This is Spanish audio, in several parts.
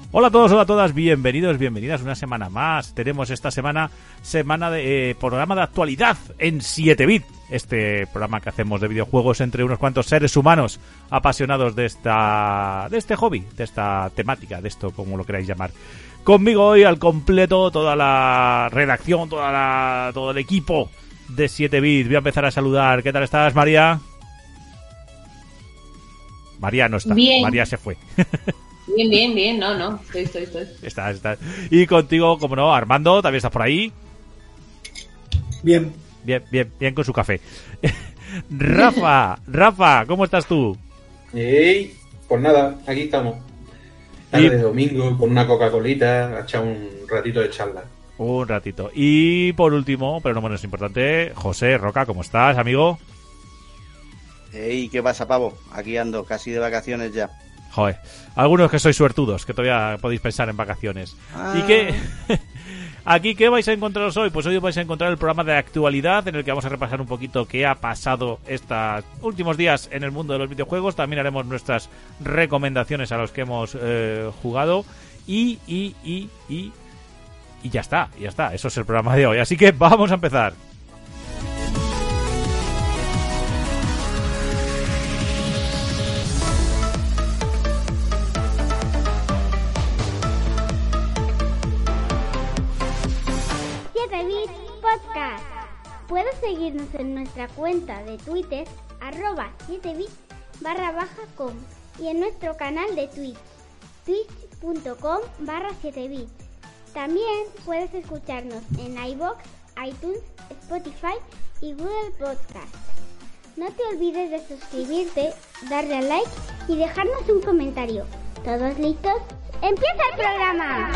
Hola a todos, hola a todas, bienvenidos, bienvenidas una semana más. Tenemos esta semana de programa de actualidad en 7-bit. Este programa que hacemos de videojuegos entre unos cuantos seres humanos apasionados de este hobby, de esta temática, de esto, como lo queráis llamar. Conmigo hoy al completo toda la redacción, todo el equipo de 7-bit. Voy a empezar a saludar. ¿Qué tal estás, María? María no está, bien. María se fue. Bien, no, estoy. Está. Y contigo, como no, Armando, también estás por ahí. Bien con su café. Rafa, ¿cómo estás tú? Pues nada, aquí estamos. Tarde de domingo, con una Coca-Colita, a echar un ratito de charla. Un ratito. Y por último, pero no menos importante, José Roca, ¿cómo estás, amigo? ¿Qué pasa, pavo? Aquí ando, casi de vacaciones ya. Joder, algunos que sois suertudos, que todavía podéis pensar en vacaciones. ¿Y qué? Aquí, ¿qué vais a encontraros hoy? Pues hoy vais a encontrar el programa de actualidad en el que vamos a repasar un poquito qué ha pasado estos últimos días en el mundo de los videojuegos. También haremos nuestras recomendaciones a los que hemos jugado. Y ya está. Eso es el programa de hoy. Así que vamos a empezar. Podcast. Puedes seguirnos en nuestra cuenta de Twitter @7bit_com y en nuestro canal de Twitch twitch.com/7bit. También puedes escucharnos en iVoox, iTunes, Spotify y Google Podcast. No te olvides de suscribirte, darle a like y dejarnos un comentario. ¿Todos listos? ¡Empieza el programa!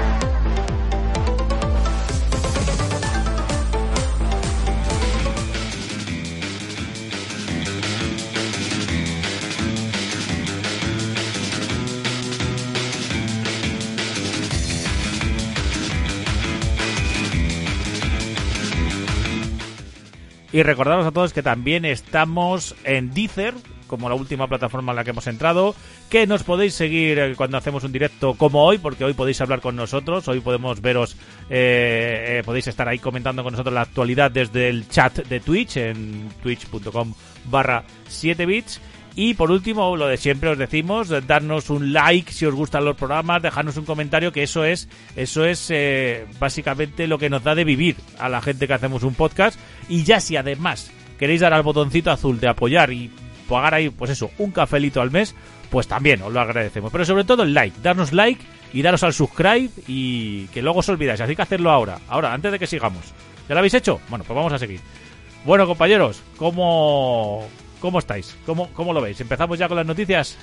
Y recordaros a todos que también estamos en Deezer, como la última plataforma en la que hemos entrado, que nos podéis seguir cuando hacemos un directo como hoy, porque hoy podéis hablar con nosotros, hoy podemos veros, podéis estar ahí comentando con nosotros la actualidad desde el chat de Twitch, en twitch.com/7bits. Y por último, lo de siempre os decimos, darnos un like si os gustan los programas, dejarnos un comentario, que eso es básicamente lo que nos da de vivir a la gente que hacemos un podcast. Y ya si además queréis dar al botoncito azul de apoyar y pagar ahí, pues eso, un cafelito al mes, pues también os lo agradecemos. Pero sobre todo el like, darnos like y daros al subscribe, y que luego os olvidáis, así que hacerlo ahora, antes de que sigamos. ¿Ya lo habéis hecho? Bueno, pues vamos a seguir. Bueno, compañeros, ¿Cómo estáis? ¿Cómo lo veis? ¿Empezamos ya con las noticias?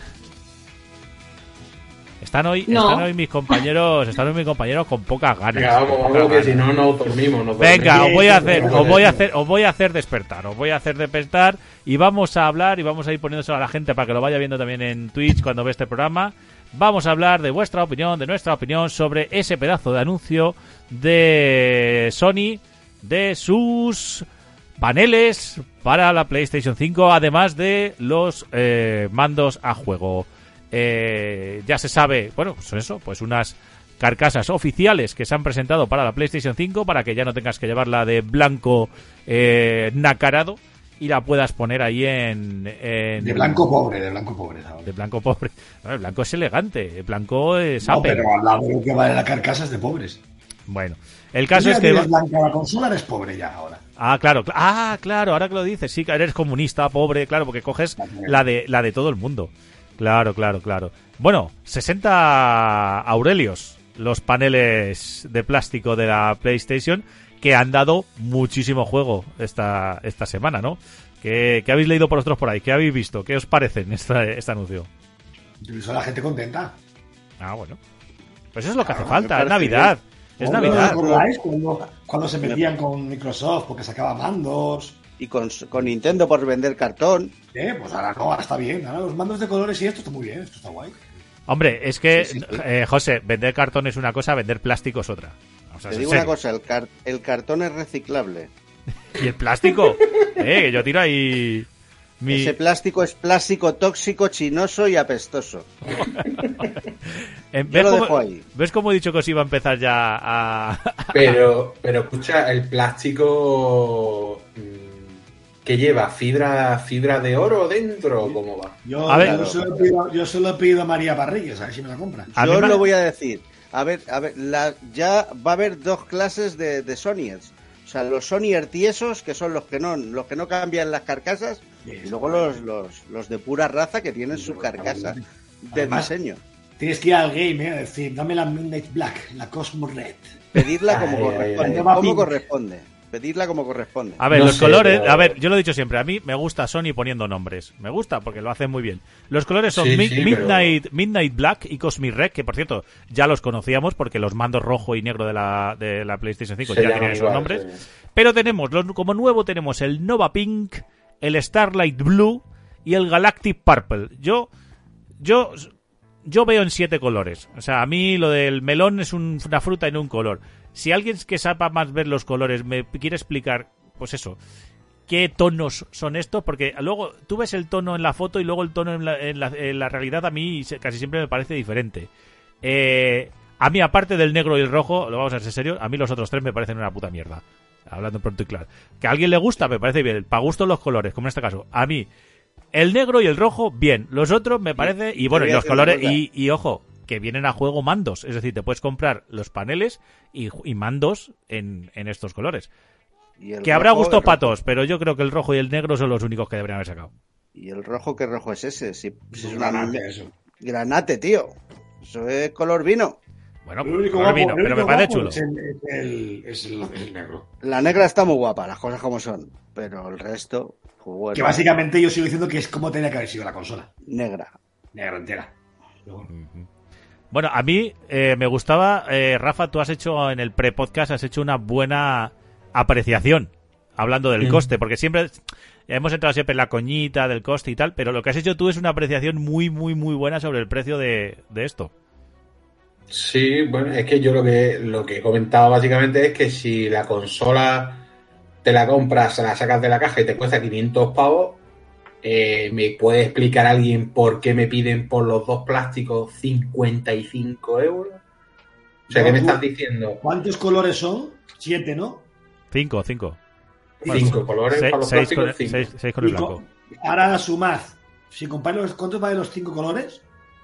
Están hoy mis compañeros con pocas ganas. Venga, vamos, que si no dormimos. Venga, os voy a hacer despertar y vamos a hablar y vamos a ir poniéndoselo a la gente para que lo vaya viendo también en Twitch cuando ve este programa. Vamos a hablar de nuestra opinión sobre ese pedazo de anuncio de Sony, de sus paneles para la PlayStation 5, además de los mandos a juego. Ya se sabe, bueno, pues eso, pues unas carcasas oficiales que se han presentado para la PlayStation 5, para que ya no tengas que llevarla de blanco nacarado y la puedas poner ahí de blanco pobre, ¿sabes? De blanco pobre. No, el blanco es elegante, el blanco es Apple. No, pero al lado de lo que vale la carcasa es de pobres. Bueno, el caso es que blanca la consola, eres pobre ya ahora. Claro, ahora que lo dices, sí que eres comunista, pobre, claro, porque coges la de todo el mundo. Claro. Bueno, 60 aurelios los paneles de plástico de la PlayStation, que han dado muchísimo juego esta semana, ¿no? ¿Qué habéis leído por vosotros por ahí? ¿Qué habéis visto? ¿Qué os parece este anuncio? Yo he visto a la gente contenta. Bueno. Pues eso es lo que hace falta, es Navidad. Es Navidad. ¿Os acordáis cuando se metían con Microsoft porque sacaba mandos? Y con Nintendo por vender cartón. Pues ahora no, ahora está bien. Ahora los mandos de colores y esto está muy bien, esto está guay. Hombre, es que, sí. José, vender cartón es una cosa, vender plástico es otra. Te digo una cosa, el cartón es reciclable. ¿Y el plástico? Yo tiro ahí Ese plástico es plástico tóxico, chinoso y apestoso. ¿Ves lo cómo, dejo ahí. ¿Ves cómo he dicho que os iba a empezar ya a...? Pero escucha, el plástico que lleva fibra de oro dentro, ¿cómo va? Yo, A ver, yo se lo pido a María Parrillas, a ver si me la compra. A mí Yo me- lo voy a decir. A ver, ya va a haber dos clases de Sonyers. O sea, los Sonyer tiesos, que son los que no cambian las carcasas, y luego los de pura raza que tienen su carcasa de Además, diseño. Tienes que ir al game, a decir, dame la Midnight Black, la Cosmo Red. Pedirla como Ay, corresponde. ay, ay. ¿Cómo corresponde? Pedirla como corresponde. A ver, No los sé, colores, pero- a ver, yo lo he dicho siempre, a mí me gusta Sony poniendo nombres. Me gusta porque lo hacen muy bien. Los colores son Sí, sí, Midnight Black y Cosmic Red, que por cierto, ya los conocíamos porque los mandos rojo y negro de la PlayStation 5 Se ya llaman tienen esos igual, nombres. sí. Pero tenemos, como nuevo tenemos el Nova Pink, el Starlight Blue y el Galactic Purple. Yo veo en 7 colores. O sea, a mí lo del melón es una fruta en un color. Si alguien que sepa más ver los colores me quiere explicar, pues eso, qué tonos son estos, porque luego tú ves el tono en la foto y luego el tono en la realidad a mí casi siempre me parece diferente. A mí, aparte del negro y el rojo, lo vamos a ser serios, a mí los otros 3 me parecen una puta mierda. Hablando pronto y claro. Que a alguien le gusta, me parece bien. Para gusto los colores, como en este caso. A mí, el negro y el rojo, bien. Los otros me parece... Y bueno, y los colores... Y ojo, que vienen a juego mandos. Es decir, te puedes comprar los paneles y mandos en estos colores. Y el Que habrá rojo, gustos el para rojo. todos, pero yo creo que el rojo y el negro son los únicos que deberían haber sacado. ¿Y el rojo qué rojo es ese? Si es una Granate, eso. granate, tío. Eso es color vino. Bueno, El único color guapo- vino, el pero me único parece guapo chulo. Es el negro. La negra está muy guapa, las cosas como son. Pero el resto, pues bueno, Que básicamente yo sigo diciendo que es como tenía que haber sido la consola. negra. Negra entera. Pero bueno. Bueno, a mí me gustaba, Rafa, tú has hecho en el pre-podcast, has hecho una buena apreciación, hablando del coste, porque siempre hemos entrado siempre en la coñita del coste y tal, pero lo que has hecho tú es una apreciación muy, muy, muy buena sobre el precio de esto. Sí, bueno, es que yo lo que he comentado básicamente es que si la consola te la compras, se la sacas de la caja y te cuesta 500 pavos, ¿me puede explicar alguien por qué me piden por los dos plásticos 55 euros? O sea, ¿qué me estás diciendo? ¿Cuántos colores son? 7, ¿no? 5. 5 colores para los plásticos, 5. 6 con el Y blanco. ahora sumad. Si comparáis, ¿cuántos valen los 5 colores?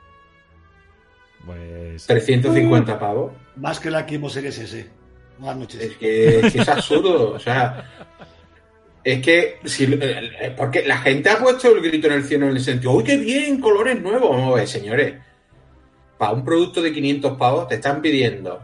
Pues 350 pavos. Más que la Xbox Series S. Buenas noches. Es que es absurdo, o sea, es que porque la gente ha puesto el grito en el cielo en el sentido, ¡uy, qué bien! Colores nuevos. Vamos a ver, señores, para un producto de 500 pavos te están pidiendo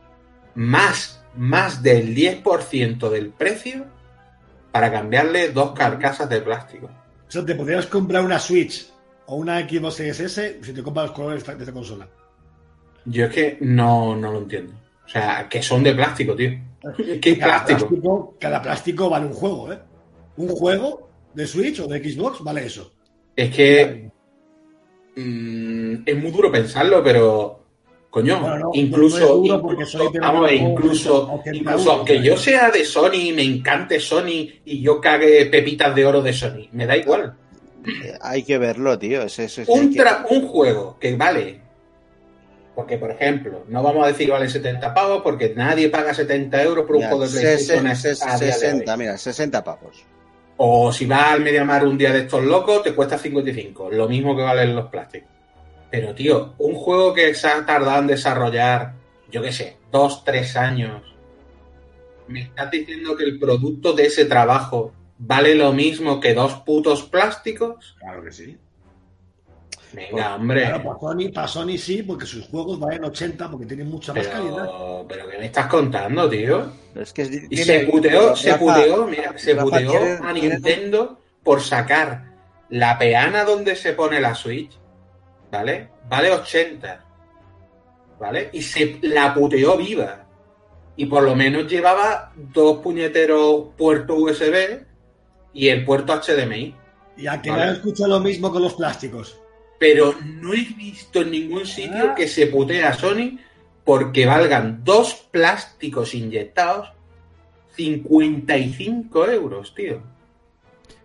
más del 10% del precio para cambiarle 2 carcasas de plástico. O sea, te podrías comprar una Switch o una Xbox Series S si te compras los colores de esta consola. Yo es que no lo entiendo. O sea, que son de plástico, tío. ¿Qué plástico? Cada plástico vale un juego, ¿eh? Un juego de Switch o de Xbox vale eso. Es que es muy duro pensarlo, pero coño, Bueno, no, incluso, no es duro porque Sony tiene vamos a ver, un juego incluso 80 euros, aunque ¿no? yo sea de Sony, me encante Sony y yo cague pepitas de oro de Sony, me da igual. Hay que verlo, tío. Hay Un juego que vale, porque por ejemplo, no vamos a decir que vale 70 pavos porque nadie paga 70 euros por un Mira, juego de PlayStation a día de hoy. 60, mira, 60 pavos. O si vas al Mediamar un día de estos locos, te cuesta 55. Lo mismo que valen los plásticos. Pero, tío, un juego que se ha tardado en desarrollar, yo qué sé, 2-3 años. ¿Me estás diciendo que el producto de ese trabajo vale lo mismo que 2 putos plásticos? Claro que sí. Venga, hombre. Claro, para Sony sí, porque sus juegos valen 80 porque tienen mucha más calidad. Pero ¿qué me estás contando, tío? Es que Y se puteó Rafa, a Nintendo por sacar la peana donde se pone la Switch, ¿vale? Vale 80, ¿vale? Y se la puteó viva. Y por lo menos llevaba 2 puñeteros puertos USB y el puerto HDMI. Y a que Vale. me han escuchado lo mismo con los plásticos. Pero no he visto en ningún sitio que se putee a Sony porque valgan 2 plásticos inyectados 55 euros, tío.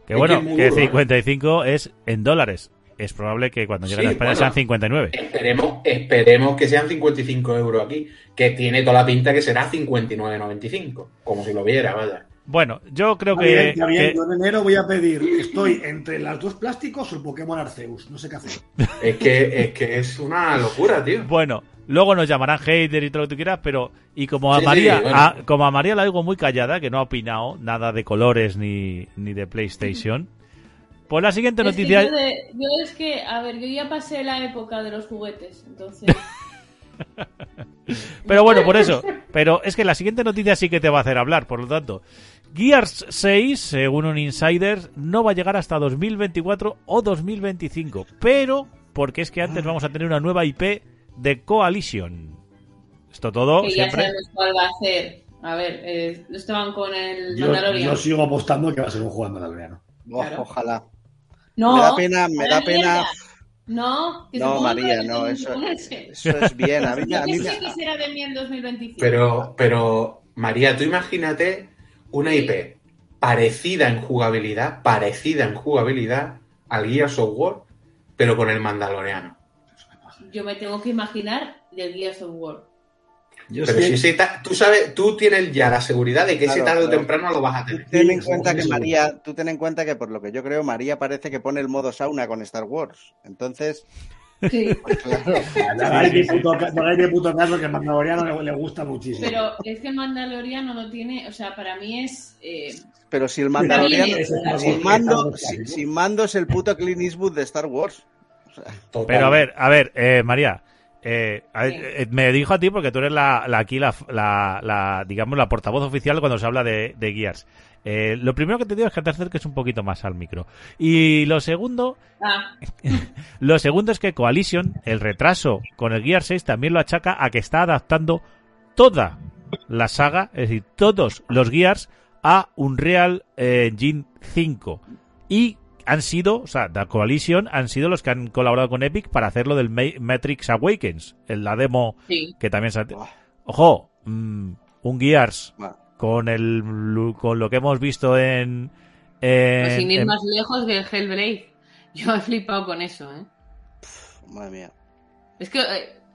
Que bueno, es muy que duro, 55 es en dólares. Es probable que cuando lleguen a España bueno, sean 59. Esperemos que sean 55 euros aquí, que tiene toda la pinta que será 59,95, como si lo viera, vaya. Bueno, yo creo Está bien, que... está bien. que- Yo en enero voy a pedir, estoy entre las dos plásticos o el Pokémon Arceus. No sé qué hacer. Es que es una locura, tío. Bueno, luego nos llamarán hater y todo lo que tú quieras, pero... Y como a Sí, María, sí, bueno. como a María la oigo muy callada, que no ha opinado nada de colores ni de PlayStation, pues la siguiente Es que noticia... yo es que, a ver, yo ya pasé la época de los juguetes, entonces... Pero bueno, por eso. Pero es que la siguiente noticia sí que te va a hacer hablar, por lo tanto. Gears 6, según un insider, no va a llegar hasta 2024 o 2025. Pero, porque es que antes vamos a tener una nueva IP de Coalition. Esto todo que ya siempre... sabemos cuál va a ser. A ver, estaban con el Yo Mandalorian. sigo apostando que va a ser un juego de Mandaloriano. Claro. Ojalá. No, Me da pena, a me la da pena. mierda. No, que se No, pongan María, con no, el eso japonés. es bien. A mí, Yo a mí que me- sé que será de mí en 2025. Pero, María, tú imagínate una IP parecida en jugabilidad al Gears of War, pero con el Mandaloriano. Yo me tengo que imaginar del Gears of War. Yo Pero sí- si tú sabes, tú tienes ya la seguridad de que ese Claro, tarde o claro. temprano lo vas a tener. Ten en Sí, cuenta sí, que sí. María, tú ten en cuenta que por lo que yo creo, María parece que pone el modo sauna con Star Wars. Entonces, Sí, claro. No hagáis ni puto caso que el Mandaloriano le gusta muchísimo. pero es que el Mandaloriano no tiene, o sea, para mí es... Pero si el Mandaloriano, Ese Star Wars, sin Star mando, Wars clásico. sin mando es el puto Clint Eastwood de Star Wars. Total. Pero a ver, María, me dijo a ti porque tú eres digamos, la portavoz oficial cuando se habla de Gears. Lo primero que te digo es que te acerques un poquito más al micro. Y lo segundo es que Coalition, el retraso con el Gears 6 también lo achaca a que está adaptando toda la saga, es decir, todos los Gears a Unreal Engine 5. Y han sido, o sea, The Coalition han sido los que han colaborado con Epic para hacerlo del Matrix Awakens, en la demo Sí. que también se... Ojo, un Gears Bueno, con lo que hemos visto en Pues sin ir en- más lejos que el Hellblade. Yo he flipado con eso, ¿eh? madre mía. Es que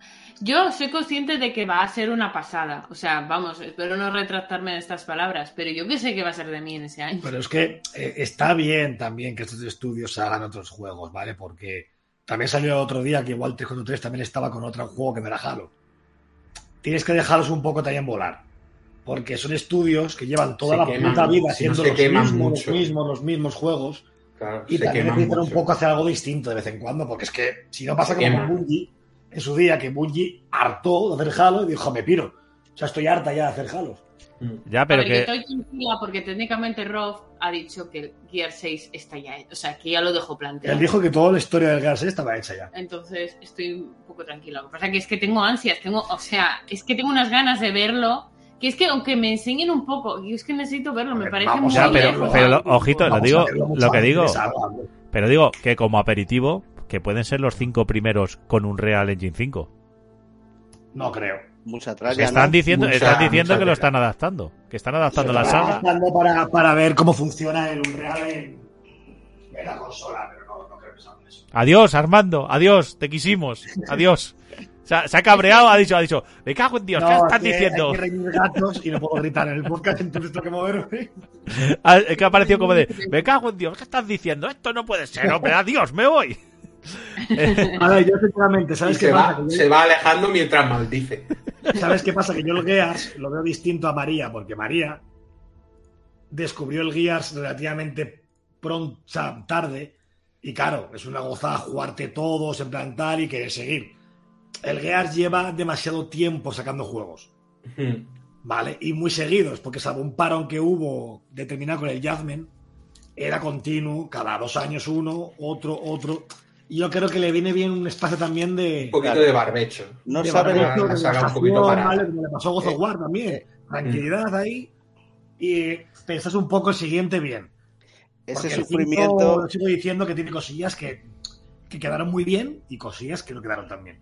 yo soy consciente de que va a ser una pasada. O sea, vamos, espero no retractarme de estas palabras, pero yo que sé que va a ser de mí en ese año. Pero es que está bien también que estos estudios hagan otros juegos, ¿vale? Porque también salió el otro día que igual 343 también estaba con otro juego que no era Halo. Tienes que dejarlos un poco también volar. Porque son estudios que llevan toda Se la queman, puta vida si no haciendo se queman los mucho. mismos juegos. Claro, Y se también queman necesitan un mucho. poco hacer algo distinto de vez en cuando. Porque es que si no pasa Se como queman. con Bungie en su día, que Bungie hartó de hacer Halo y dijo, me piro. O sea, estoy harta ya de hacer Halos. ya, A pero ver, que que estoy tranquila porque técnicamente Rob ha dicho que el Gear 6 está ya, o sea, que ya lo dejó planteado. Él dijo que toda la historia del gas estaba hecha ya. Entonces estoy un poco tranquila. Lo que pasa es que tengo ansias, es que tengo unas ganas de verlo. Que es que aunque me enseñen un poco, yo es que necesito verlo, me parece Vamos muy a ya, verlo, pero ojito, Vamos a verlo mucho lo que antes digo, de salga, hombre. pero digo que como aperitivo que pueden ser los 5 primeros con un Real Engine 5. No creo. Mucha tralla, Están ¿no? diciendo Mucha que lo tela. están adaptando, que están adaptando la Estaba saga. buscando para ver cómo funciona el Unreal en la consola, pero no creo que sea eso. Adiós, Armando, adiós, te quisimos, adiós. Se ha cabreado, ha dicho, me cago en Dios, ¿qué estás diciendo? Hay que reñir gatos y no puedo gritar en el podcast, entonces tengo que moverme. Es que ha parecido como de, me cago en Dios, ¿qué estás diciendo? Esto no puede ser, hombre, adiós, me voy. A ver, yo sinceramente, Y ¿sabes qué pasa? Que yo- se va alejando mientras maldice. ¿Sabes qué pasa? Que yo el Gears lo veo distinto a María, porque María descubrió el Gears relativamente pronto, o sea, tarde, y claro, es una gozada jugarte todos, en plan tal y querer seguir. El Gears lleva demasiado tiempo sacando juegos, ¿vale? Y muy seguidos, porque salvo un parón que hubo determinado con el Judgment, era continuo, cada 2 años uno, otro. Y yo creo que le viene bien un espacio también de... Un poquito Claro. de barbecho. No de saben, barbecho, la de saga un relajación, poquito parada. ¿vale? Como le pasó a God of War también. Tranquilidad ahí y pensás un poco el siguiente bien. ese Porque el sufrimiento. 5, sigo diciendo que tiene cosillas que quedaron muy bien y cosillas que no quedaron tan bien.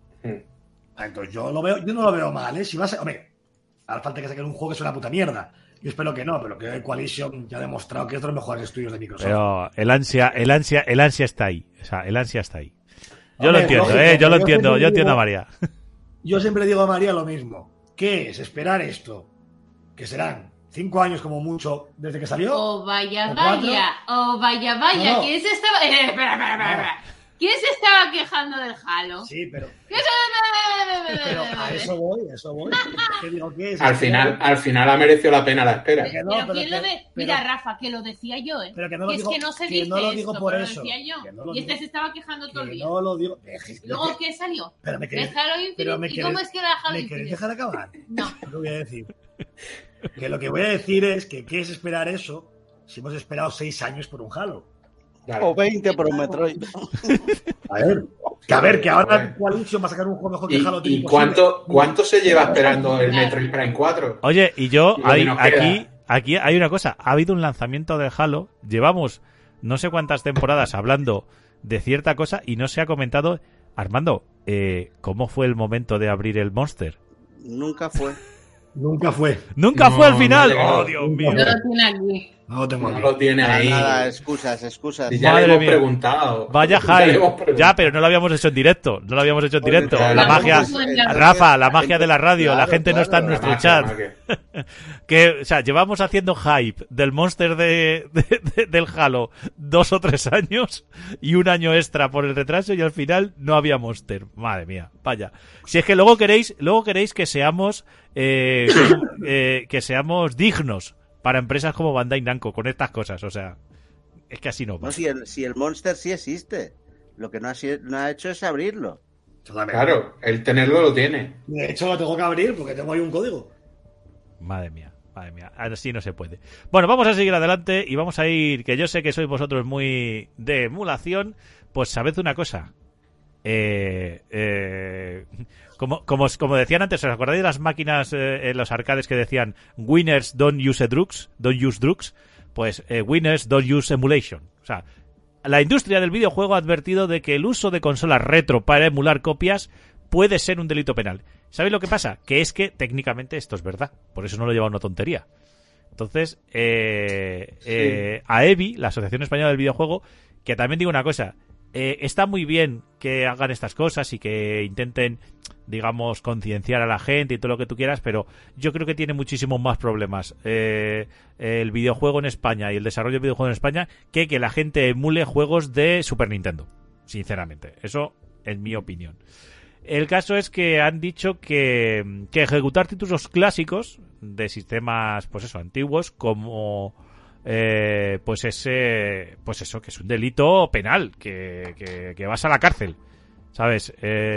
Entonces yo no lo veo mal, ¿eh? Si vas a... Hombre, hará falta que saquen un juego que es una puta mierda. Yo espero que no, pero que Coalition ya ha demostrado que es de los mejores estudios de Microsoft. Pero el ansia está ahí. O sea, el ansia está ahí. Yo lo Hombre, entiendo, lógico, yo lo yo entiendo, siempre yo entiendo a digo- María. Yo siempre le digo a María lo mismo. ¿Qué es esperar esto? Que serán 5 años como mucho desde que salió. Oh, vaya, ¿O 4? vaya. Oh, vaya, vaya. No. ¿Quién se estaba...? Espera. ¿Quién se estaba quejando del Halo? Sí, pero ¿Quién se- Pero a eso voy. ¿Qué digo? ¿Qué es? Al final ha merecido la pena la espera. Que no, Pero pero ¿quién que- lo ve? pero- Mira, Rafa, que lo decía yo, ¿eh? Pero que no lo Y digo- es que no se que dice no lo digo esto, por pero eso, lo decía yo. que no lo Y este digo. se estaba quejando todo el Que día. no lo digo. ¿Y luego qué salió? Pero me ¿El queréis, Halo Infinite? pero me ¿Y cómo es que era Halo ¿me Infinite? queréis dejar acabar? No. Lo voy a decir. Que lo que voy a decir es que ¿qué es esperar eso si hemos esperado 6 años por un Halo? Claro. O 20 por un Metroid. A ver, que ahora Coalition va a sacar un juego mejor que Halo. ¿Y imposible. cuánto se lleva esperando el Metroid Prime 4? Oye, y yo, Y lo que nos queda. aquí hay una cosa. Ha habido un lanzamiento del Halo. Llevamos no sé cuántas temporadas hablando de cierta cosa y no se ha comentado. Armando, ¿cómo fue el momento de abrir el Monster? Nunca fue. Nunca fue. ¡Nunca No, fue al final! no ha llegado. ¡Oh, Dios mío! No lo tiene aquí. No lo tengo No aquí. lo tiene ahí. Nada, excusas. Y ya Madre le hemos mía. preguntado. Vaya Ya le hemos hype. preguntado. Ya, pero no lo habíamos hecho en directo. No lo habíamos hecho en directo. claro. La Claro, magia... pues, Rafa, la magia de la radio. La Claro, gente no está en claro. nuestro La chat. magia. Que, o sea, llevamos haciendo hype del Monster del Halo 2 o 3 años y un año extra por el retraso y al final no había Monster. Madre mía, vaya. Si es que luego queréis que seamos dignos para empresas como Bandai Namco con estas cosas, o sea, es que así no va. No, si el Monster sí existe. Lo que no ha hecho es abrirlo. Totalmente. Claro, el tenerlo lo tiene. De hecho, lo tengo que abrir porque tengo ahí un código. Madre mía, así no se puede. Bueno, vamos a seguir adelante y vamos a ir, que yo sé que sois vosotros muy de emulación, pues sabed una cosa. Como decían antes, ¿os acordáis de las máquinas en los arcades que decían winners don't use drugs? Pues winners don't use emulation. O sea, la industria del videojuego ha advertido de que el uso de consolas retro para emular copias puede ser un delito penal. ¿Sabéis lo que pasa? Que es que técnicamente esto es verdad. Por eso no lo lleva una tontería. Entonces, AEBI, la Asociación Española del Videojuego, que también digo una cosa, está muy bien que hagan estas cosas y que intenten, digamos, concienciar a la gente y todo lo que tú quieras, pero yo creo que tiene muchísimos más problemas el videojuego en España y el desarrollo del videojuego en España que la gente emule juegos de Super Nintendo, sinceramente. Eso es mi opinión. El caso es que han dicho que ejecutar títulos clásicos de sistemas, pues eso, antiguos, como pues eso, que es un delito penal, que vas a la cárcel, ¿sabes?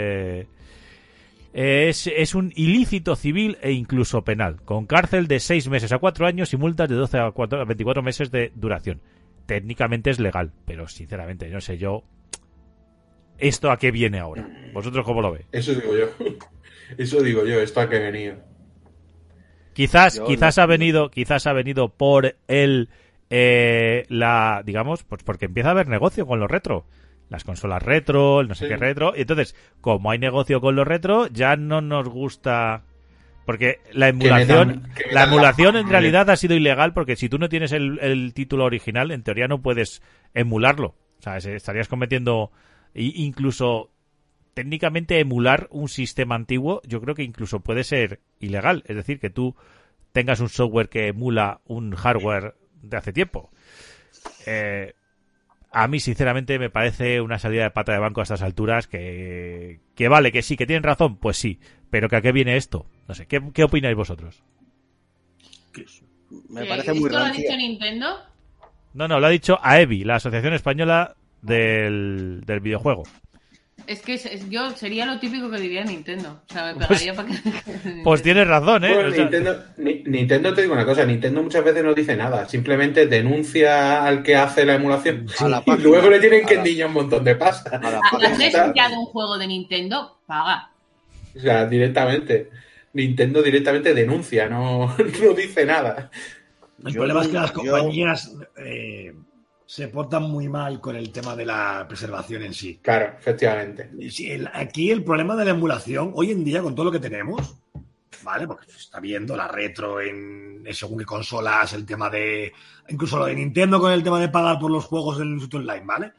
Es un ilícito civil e incluso penal, con cárcel de 6 meses a 4 años y multas de 12 a 24 meses de duración. Técnicamente es legal, pero sinceramente, no sé yo esto a qué viene ahora. ¿Vosotros cómo lo veis? Eso digo yo, esto a qué he venido. Quizás ha venido por digamos, pues porque empieza a haber negocio con los retro. Las consolas retro, el no sé qué retro. Y entonces, como hay negocio con los retro, ya no nos gusta. Porque la emulación en realidad ha sido ilegal, porque si tú no tienes el título original, en teoría no puedes emularlo. O sea, estarías cometiendo. Incluso técnicamente emular un sistema antiguo, yo creo que incluso puede ser ilegal. Es decir, que tú tengas un software que emula un hardware de hace tiempo. A mí, sinceramente, me parece una salida de pata de banco a estas alturas que vale, que sí, que tienen razón, pues sí. Pero ¿que a qué viene esto? No sé, ¿qué opináis vosotros? Me parece muy ¿Esto lo ha rancia. dicho Nintendo? No, lo ha dicho AEBI, la Asociación Española del Videojuego. Es que yo sería lo típico que diría Nintendo. O sea, me pegaría para que... Pues tienes razón, ¿eh? Bueno, O sea, Nintendo, te digo una cosa, Nintendo muchas veces no dice nada, simplemente denuncia al que hace la emulación A la y página, luego le tienen que a la- endiñar un montón de pasta. A la ¿Has página. desviado un juego de Nintendo? Paga. O sea, directamente. Nintendo directamente denuncia, no dice nada. El Yo problema es que no- las yo- compañías se portan muy mal con el tema de la preservación en sí. Claro, efectivamente. Sí, aquí el problema de la emulación, hoy en día, con todo lo que tenemos, ¿vale? Porque se está viendo la retro en según qué consolas, el tema de... Incluso lo de Nintendo con el tema de pagar por los juegos en el Switch Online, ¿vale?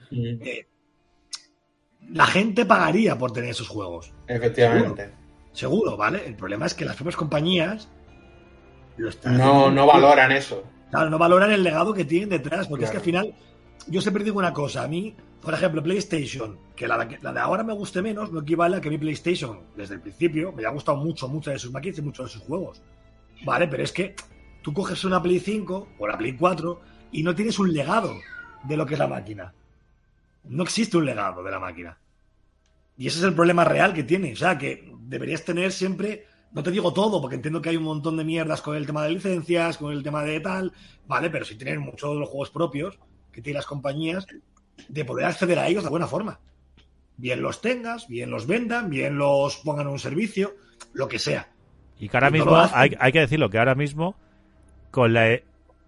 La gente pagaría por tener esos juegos. Efectivamente. Seguro, ¿vale? El problema es que las propias compañías lo están no valoran eso. Claro, no valoran el legado que tienen detrás, porque es que al final, yo siempre digo una cosa, a mí, por ejemplo, PlayStation, que la de ahora me guste menos, no equivale a que mi PlayStation, desde el principio, me ha gustado mucho de sus máquinas y muchos de sus juegos, ¿vale? Pero es que tú coges una Play 5 o la Play 4 y no tienes un legado de lo que es la máquina. No existe un legado de la máquina. Y ese es el problema real que tiene, o sea, que deberías tener siempre... No te digo todo, porque entiendo que hay un montón de mierdas con el tema de licencias, con el tema de tal, ¿vale? Pero sí tener muchos de los juegos propios que tienen las compañías, de poder acceder a ellos de buena forma. Bien los tengas, bien los vendan, bien los pongan en un servicio, lo que sea. Y que ahora mismo, hay que decirlo, que ahora mismo, con el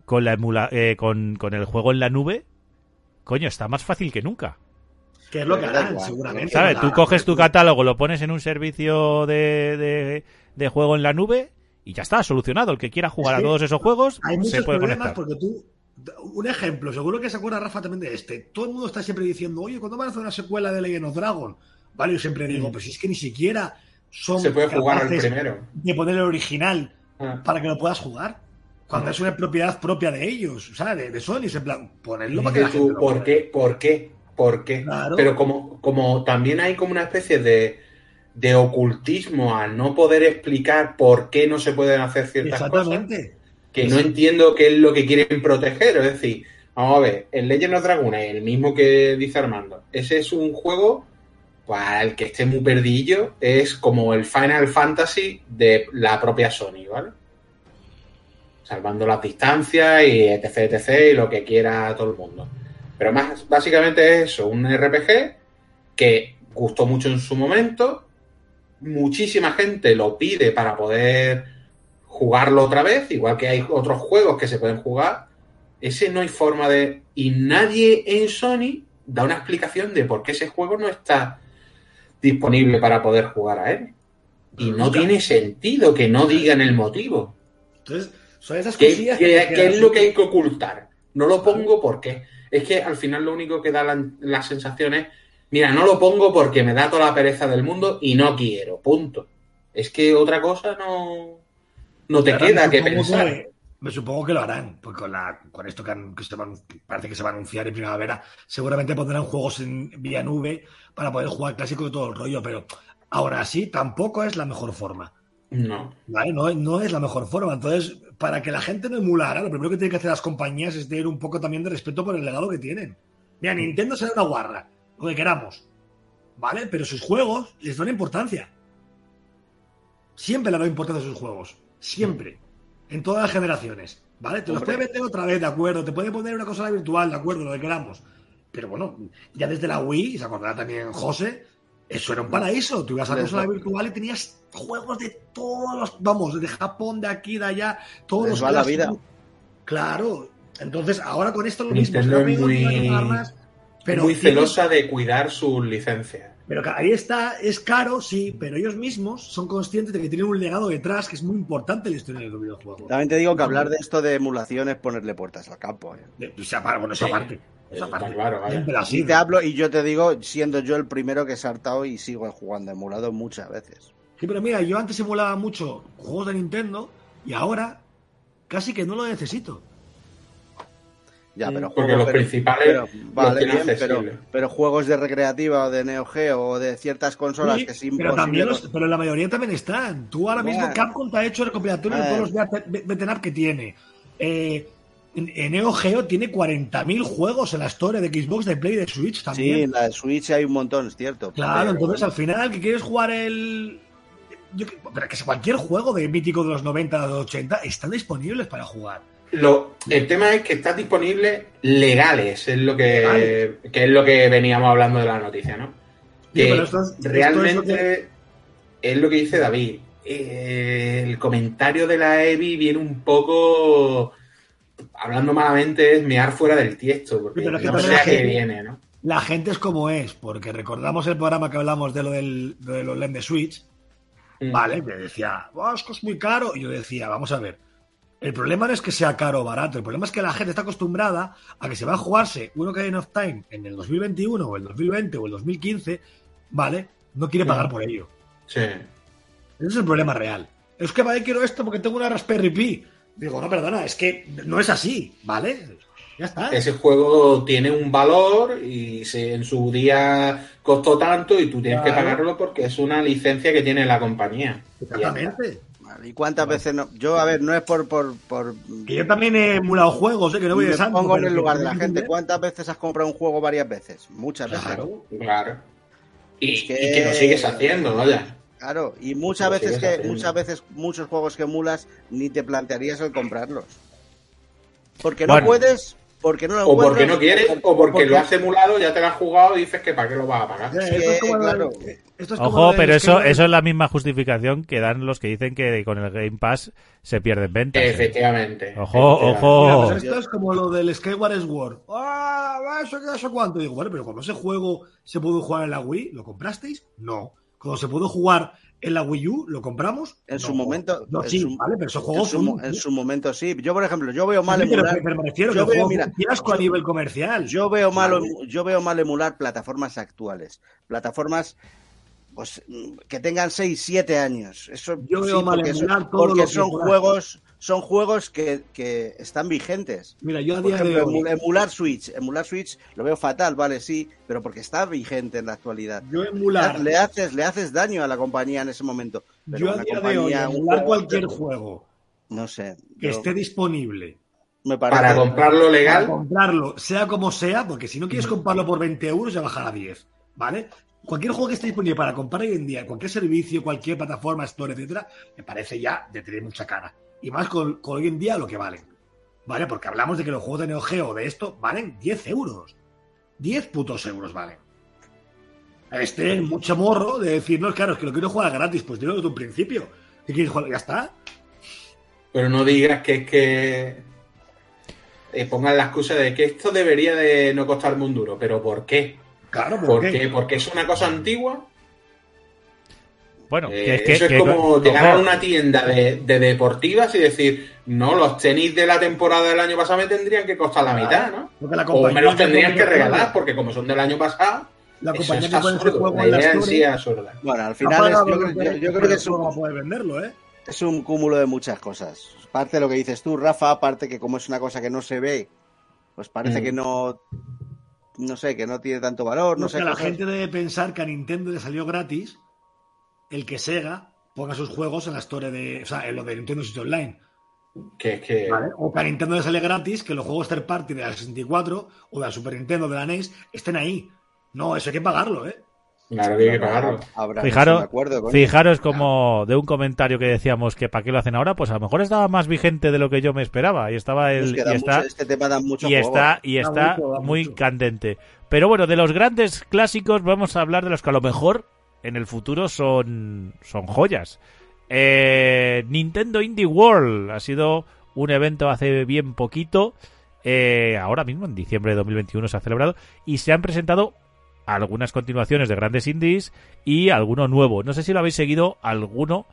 juego en la nube, coño, está más fácil que nunca. Que es lo que harán, seguramente. ¿Sabes? Tú coges tu catálogo, lo pones en un servicio de juego en la nube y ya está, solucionado. El que quiera jugar a todos esos juegos se puede conectar. Porque tú, un ejemplo, seguro que se acuerda Rafa también de este. Todo el mundo está siempre diciendo, oye, ¿cuándo van a hacer una secuela de Legend of Dragon? Vale, yo siempre digo, pues es que ni siquiera se puede jugar al primero. De poner el original para que lo puedas jugar. Cuando es una propiedad propia de ellos, o sea, de Sony, en plan, ponerlo para que la gente lo ¿Por qué? Claro. Pero como también hay como una especie de ocultismo al no poder explicar por qué no se pueden hacer ciertas cosas, que no entiendo qué es lo que quieren proteger. Es decir, vamos a ver, el Legend of Dragon es el mismo que dice Armando. Ese es un juego, para el que esté muy perdidillo, es como el Final Fantasy de la propia Sony, ¿vale? Salvando las distancias y etc, y lo que quiera todo el mundo. Pero más básicamente es eso, un RPG que gustó mucho en su momento, muchísima gente lo pide para poder jugarlo otra vez, igual que hay otros juegos que se pueden jugar. Ese no hay forma de... Y nadie en Sony da una explicación de por qué ese juego no está disponible para poder jugar a él. Y no tiene sentido que no digan el motivo. Entonces, son esas cosillas ¿Qué es lo que hay que ocultar? No lo pongo porque... Es que al final lo único que da la sensación es, mira, no lo pongo porque me da toda la pereza del mundo y no quiero, punto. Es que otra cosa no te queda que pensar. Me supongo que lo harán, porque con esto parece que se va a anunciar en primavera, seguramente pondrán juegos en vía nube para poder jugar clásico y todo el rollo, pero ahora sí, tampoco es la mejor forma. No. ¿Vale? No es la mejor forma. Entonces, para que la gente no emulara, lo primero que tienen que hacer las compañías es tener un poco también de respeto por el legado que tienen. Mira, Nintendo será una guarra, lo que queramos, ¿vale? Pero sus juegos les dan importancia. Siempre le dan importancia a sus juegos. Siempre. En todas las generaciones, ¿vale? Te los puede vender otra vez, de acuerdo. Te puede poner una consola virtual, de acuerdo, lo que queramos. Pero bueno, ya desde la Wii, y se acordará también José, eso era un paraíso. Tú ibas a la consola virtual y tenías juegos de todos los... Vamos, de Japón, de aquí, de allá, todos los clásicos. La vida. Claro. Entonces, ahora con esto lo Nintendo mismo. Es muy celosa de cuidar sus licencias. Pero ahí está, es caro, sí, pero ellos mismos son conscientes de que tienen un legado detrás que es muy importante en la historia de los videojuegos. También te digo que hablar de esto de emulación es ponerle puertas al campo. Esa parte. Claro, y te hablo y yo te digo, siendo yo el primero que he saltado y sigo jugando emulado muchas veces. Sí, pero mira, yo antes emulaba mucho juegos de Nintendo y ahora casi que no lo necesito. Ya, pero porque los principales vale, bien, pero juegos de recreativa o de Neo Geo o de ciertas consolas que es imposible. Pero la mayoría también están. Tú ahora mismo Capcom te ha hecho recopilatorio de todos los beat'em up que tiene. Neo Geo tiene 40.000 juegos en la historia de Xbox, de Play, de Switch también. Sí, en la de Switch hay un montón, es cierto. Claro, entonces al final que quieres jugar pero que cualquier juego de mítico de los 90 o de los 80 están disponibles para jugar. El tema es que están disponibles legales, es lo que es lo que veníamos hablando de la noticia, ¿no? Que realmente es lo que dice David. El comentario de la EVI viene un poco, hablando malamente, es mear fuera del tiesto, porque no sé a qué viene, ¿no? La gente es como es, porque recordamos el programa que hablamos de lo del OLED de Switch. Vale, me decía, es que es muy caro. Y yo decía, vamos a ver, el problema no es que sea caro o barato, el problema es que la gente está acostumbrada a que se va a jugarse un Ocarina of Time en el 2021 o el 2020 o el 2015, ¿vale? No quiere pagar por ello. Sí. Ese es el problema real. Es que, vale, quiero esto porque tengo una Raspberry Pi. Digo, no, perdona, es que no es así, ¿vale? Ya está. Ese juego tiene un valor y en su día costó tanto y tú tienes que pagarlo porque es una licencia que tiene la compañía. Exactamente. ¿Y cuántas veces no? Yo, a ver, no es por... Que yo también he emulado juegos, que no voy de me santo. pongo en pero el que lugar de la también- gente. ¿Cuántas veces has comprado un juego varias veces? Muchas veces. Claro. Y, Es que- y que lo sigues haciendo, vaya. Claro, y muchas Lo veces sigues haciendo. muchos juegos que emulas ni te plantearías el comprarlos. Porque no Bueno. puedes, porque no lo O porque encuentras, no quieres, o porque lo has emulado, ya te lo has jugado y dices que para qué lo vas a pagar. Esto es como claro. esto es como Ojo, el pero eso esquema- es la misma justificación que dan los que dicen que con el Game Pass se pierden ventas. Efectivamente. Ojo, Efectivamente. ojo. Mira, pues esto es como lo del Skyward Sword. Eso cuánto. Digo, bueno, pero cuando ese juego se pudo jugar en la Wii, ¿lo comprasteis? No. Cuando se pudo jugar en la Wii U, ¿lo compramos? En No. su momento, No, en sí, su- vale, pero esos juegos en su momento sí. Yo, por ejemplo, yo veo mal Sí, pero emular. me refiero que yo el veo, juego mira, fue un fiasco a nivel comercial. Yo veo Vale. mal emular plataformas actuales. Plataformas pues que tengan 6, 7 años. Eso Yo veo mal porque emular todo porque lo que son juegos que están vigentes. Mira, yo a Por día de ejemplo, hoy, emular Switch lo veo fatal, vale, sí, pero porque está vigente en la actualidad. yo emular, Le haces daño a la compañía en ese momento. Pero yo a una día de hoy, compañía, un emular juego, cualquier juego no sé, que yo- esté disponible me parece Para comprarlo para legal, comprarlo, sea como sea, porque si no quieres comprarlo por 20 euros, ya bajará a 10, ¿vale? Cualquier juego que esté disponible para comprar hoy en día, cualquier servicio, cualquier plataforma, store, etcétera, me parece ya de tener mucha cara. Y más con hoy en día lo que valen, ¿vale? Porque hablamos de que los juegos de Neo Geo de esto valen 10 euros. 10 putos euros valen. Mucho morro de decir, no, claro, es que lo quiero jugar gratis, pues dilo desde un principio. ¿Qué quieres jugar? Ya está. pero no digas que es que pongan la excusa de que esto debería de no costarme un duro. ¿Pero por qué? Claro, ¿Por qué? ¿Porque es una cosa antigua? Bueno, Eso es como llegar a una tienda de deportivas y decir, no, los tenis de la temporada del año pasado me tendrían que costar la mitad, ¿no? Porque la O compañía me los tendrían pone que juego, regalar, porque como son del año pasado, la eso compañía es que pone ese absurdo. juego La en la idea en store, sí es absurda. Bueno, al ha final pagado yo lo que- creo que es no un, va a poder venderlo, ¿eh? es un cúmulo de muchas cosas. Parte de lo que dices tú, Rafa, aparte que como es una cosa que no se ve, pues parece que no sé, que no tiene tanto valor, no No sé. sé, la cosas. gente debe pensar que a Nintendo le salió gratis el que Sega ponga sus juegos en la store de, o sea, en lo de Nintendo Switch Online, Que es que... ¿vale? O que a Nintendo le sale gratis que los juegos third party de la 64 o de la Super Nintendo, de la NES, estén ahí. No, eso hay que pagarlo, ¿eh? Claro que hay que pagarlo. Habrá Fijaros, de acuerdo, coño. fijaros como de un comentario que decíamos que para qué lo hacen ahora, pues a lo mejor estaba más vigente de lo que yo me esperaba y estaba Es el que y da está mucho- este tema da mucho y juego. está Da muy mucho. candente. Pero bueno, de los grandes clásicos vamos a hablar de los que a lo mejor en el futuro son joyas. Nintendo Indie World ha sido un evento hace bien poquito. Ahora mismo, en diciembre de 2021, se ha celebrado y se han presentado algunas continuaciones de grandes indies y alguno nuevo. No sé si lo habéis seguido alguno.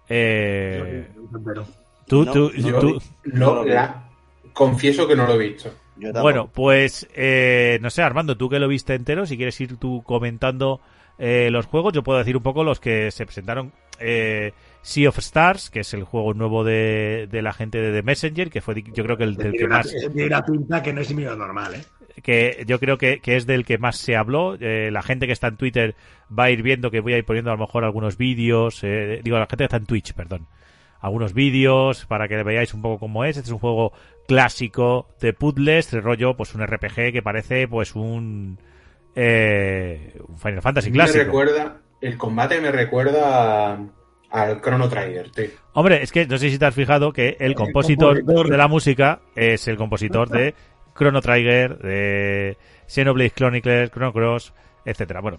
Pero Tú, No, tú, no tú- Confieso que no lo he visto. Yo tampoco. Bueno, pues no sé, Armando, tú que lo viste entero, si quieres ir tú comentando los juegos, yo puedo decir un poco los que se presentaron. Sea of Stars, que es el juego nuevo de la gente de The Messenger, que fue, yo creo que el del que más, tiene una pinta que no es medio normal, ¿eh? que yo creo que es del que más se habló. La gente que está en Twitter va a ir viendo que voy a ir poniendo a lo mejor algunos vídeos, digo, la gente que está en Twitch, perdón, algunos vídeos para que veáis un poco cómo es. Este es un juego clásico de puzzles, el rollo, pues un RPG que parece pues un Final Fantasy clásico. El combate me recuerda al Chrono Trigger, tío. Hombre, es que no sé si te has fijado que el compositor de la música es el compositor de Chrono Trigger, de Xenoblade Chronicles, Chrono Cross, etcétera. Bueno,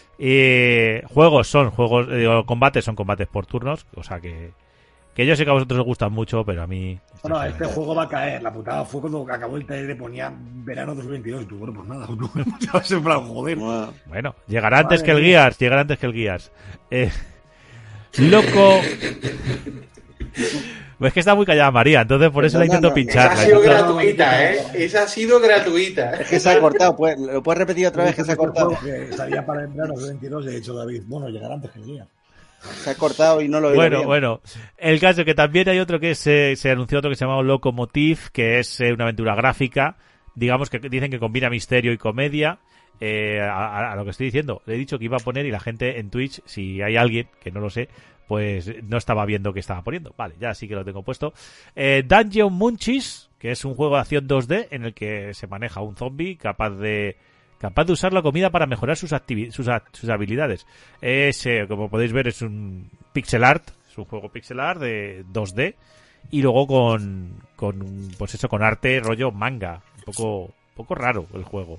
combates son combates por turnos, o sea que yo sé que a vosotros os gustan mucho, pero a mí... No, este juego va a caer. La putada fue cuando acabó el trailer, ponía verano 2022 y tú, bueno, pues nada, ya va a ser para joder. Bueno, Bueno, llegará antes que el Gears, Loco. Es que está muy callada María, entonces por eso la intento pinchar. Esa ha sido gratuita, ¿eh? Esa ha sido gratuita. Es que se ha cortado. ¿Lo puedes repetir otra vez que se ha cortado? Que salía para el verano 22, de hecho, David. Bueno, llegará antes que el día. Se ha cortado y no lo he oído bien. Bueno. El caso es que también hay otro que se anunció, otro que se llama Locomotive, que es una aventura gráfica. Digamos que dicen que combina misterio y comedia. A lo que estoy diciendo, le he dicho que iba a poner y la gente en Twitch, si hay alguien, que no lo sé, pues no estaba viendo qué estaba poniendo. Vale, ya sí que lo tengo puesto. Dungeon Munchies, que es un juego de acción 2D en el que se maneja un zombie capaz de usar la comida para mejorar sus habilidades. Como podéis ver, es un pixel art, es un juego pixel art de 2D y luego con arte rollo manga, un poco raro el juego.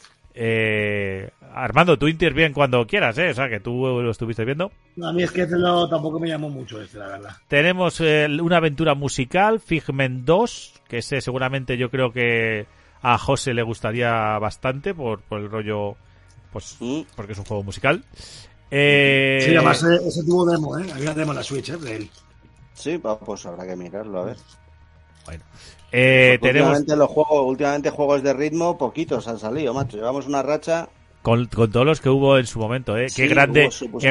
Armando, tú intervien cuando quieras, o sea que tú lo estuviste viendo. A mí es que tampoco me llamó mucho la verdad. Tenemos una aventura musical, Figment 2, que seguramente yo creo que a José le gustaría bastante por el rollo, pues porque es un juego musical. Sí, además ese tuvo demo, había demo en la Switch, de él. Sí, pues habrá que mirarlo, a ver. Bueno. Últimamente juegos de ritmo, poquitos han salido, macho. Llevamos una racha. Con todos los que hubo en su momento, Sí, qué grande.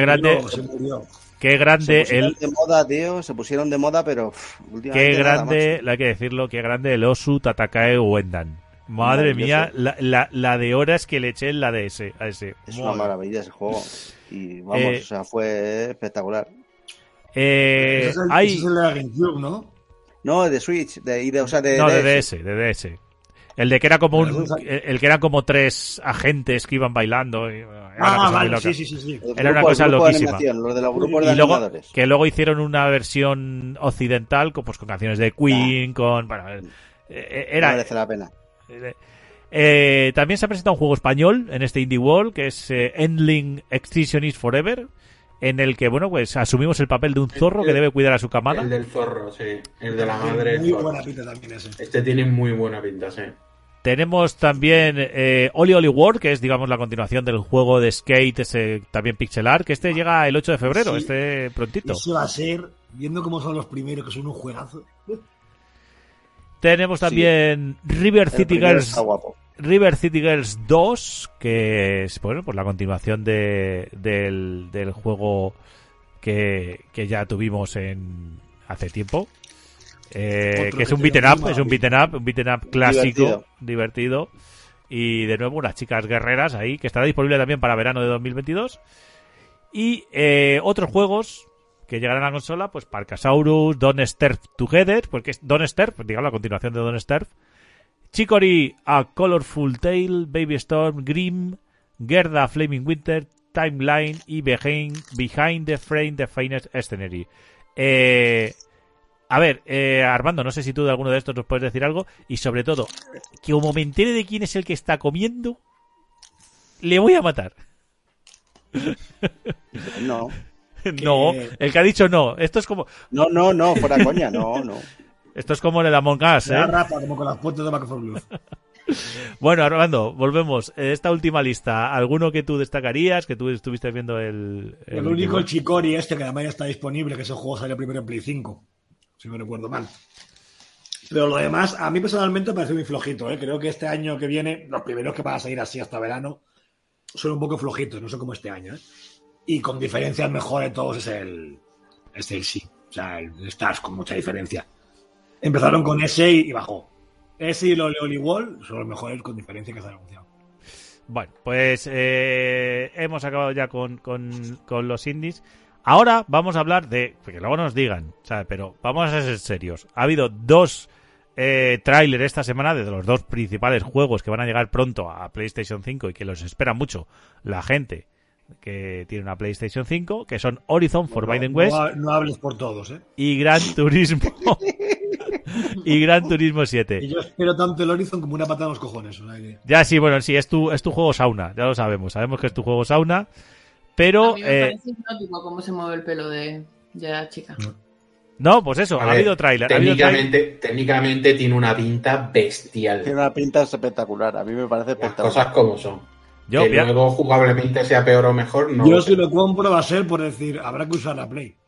Qué grande de moda, tío. Se pusieron de moda, pero últimamente. Qué grande, nada, hay que decirlo, qué grande el Osu Tatakae Wendan. Madre mía, la de horas que le eché en la DS a ese. Es una maravilla ese juego. Y vamos, fue espectacular. Ese es el de la GameCube, ¿no? No, de Switch, de DS. El de que era como el que eran como tres agentes que iban bailando. Vale, sí. Era una cosa loquísima. Los de los grupos de animadores. Que luego hicieron una versión occidental con canciones de Queen, no merece la pena. También se ha presentado un juego español en este Indie World que es Endling Extinction is Forever, en el que, pues asumimos el papel de un zorro que debe cuidar a su camada. El del zorro, sí. El de la madre. Muy buena pinta también ese. Este tiene muy buena pinta, sí. Tenemos también Oli Oli World, que es, digamos, la continuación del juego de skate, también pixel art, que llega el 8 de febrero, prontito. Eso va a ser, viendo cómo son los primeros, que son un juegazo. Tenemos también River City Girls 2, que es pues la continuación del juego que ya tuvimos hace tiempo, que es un beaten up clásico, divertido, y de nuevo unas chicas guerreras ahí, que estará disponible también para verano de 2022. Y otros juegos que llegarán a la consola, pues Parkasaurus, Don't Starve Together, porque es Don't Starve, digamos la continuación de Don't Starve, Chicory, A Colorful Tale, Baby Storm, Grimm, Gerda, Flaming Winter, Timeline y Behind the Frame, The Finest Scenery. A ver, Armando, no sé si tú de alguno de estos nos puedes decir algo, y sobre todo, que como me entere de quién es el que está comiendo, le voy a matar. No. No, el que ha dicho no. Esto es como... No, fuera coña, no. Esto es como en el Among Us, Rafa, como con las puertas de Back 4 Blue. Bueno, Armando, volvemos. Esta última lista, ¿alguno que tú destacarías, que tú estuviste viendo el único, el Chicory que además ya está disponible, que ese juego salió primero en Play 5, si no recuerdo mal. Pero lo demás, a mí personalmente me parece muy flojito, Creo que este año que viene, los primeros que van a salir así hasta verano, son un poco flojitos, no son como este año, Y con diferencia el mejor de todos es el sí. O sea, el Stars, con mucha diferencia. Empezaron con ese y bajó. Ese y el Oli Wall son los mejores con diferencia que se han anunciado. Bueno, pues hemos acabado ya con los indies. Ahora vamos a hablar porque luego nos digan, ¿sabes? Pero vamos a ser serios. Ha habido dos trailers esta semana de los dos principales juegos que van a llegar pronto a PlayStation 5 y que los espera mucho la gente que tiene una PlayStation 5, que son Horizon Forbidden West. No hables por todos, Y Gran Turismo. Y Gran Turismo 7. Y yo espero tanto el Horizon como una patada en los cojones. O sea que... Ya sí, bueno, sí, es tu juego sauna, ya lo sabemos. Sabemos que es tu juego sauna, pero... A mí me parece hipnótico cómo se mueve el pelo de la chica. No, pues eso, ha habido tráiler. Técnicamente tiene una pinta bestial. Tiene una pinta espectacular, a mí me parece espectacular. Las cosas como son. Luego jugablemente sea peor o mejor, no. Yo si lo compro va a ser por decir, habrá que usar la Play.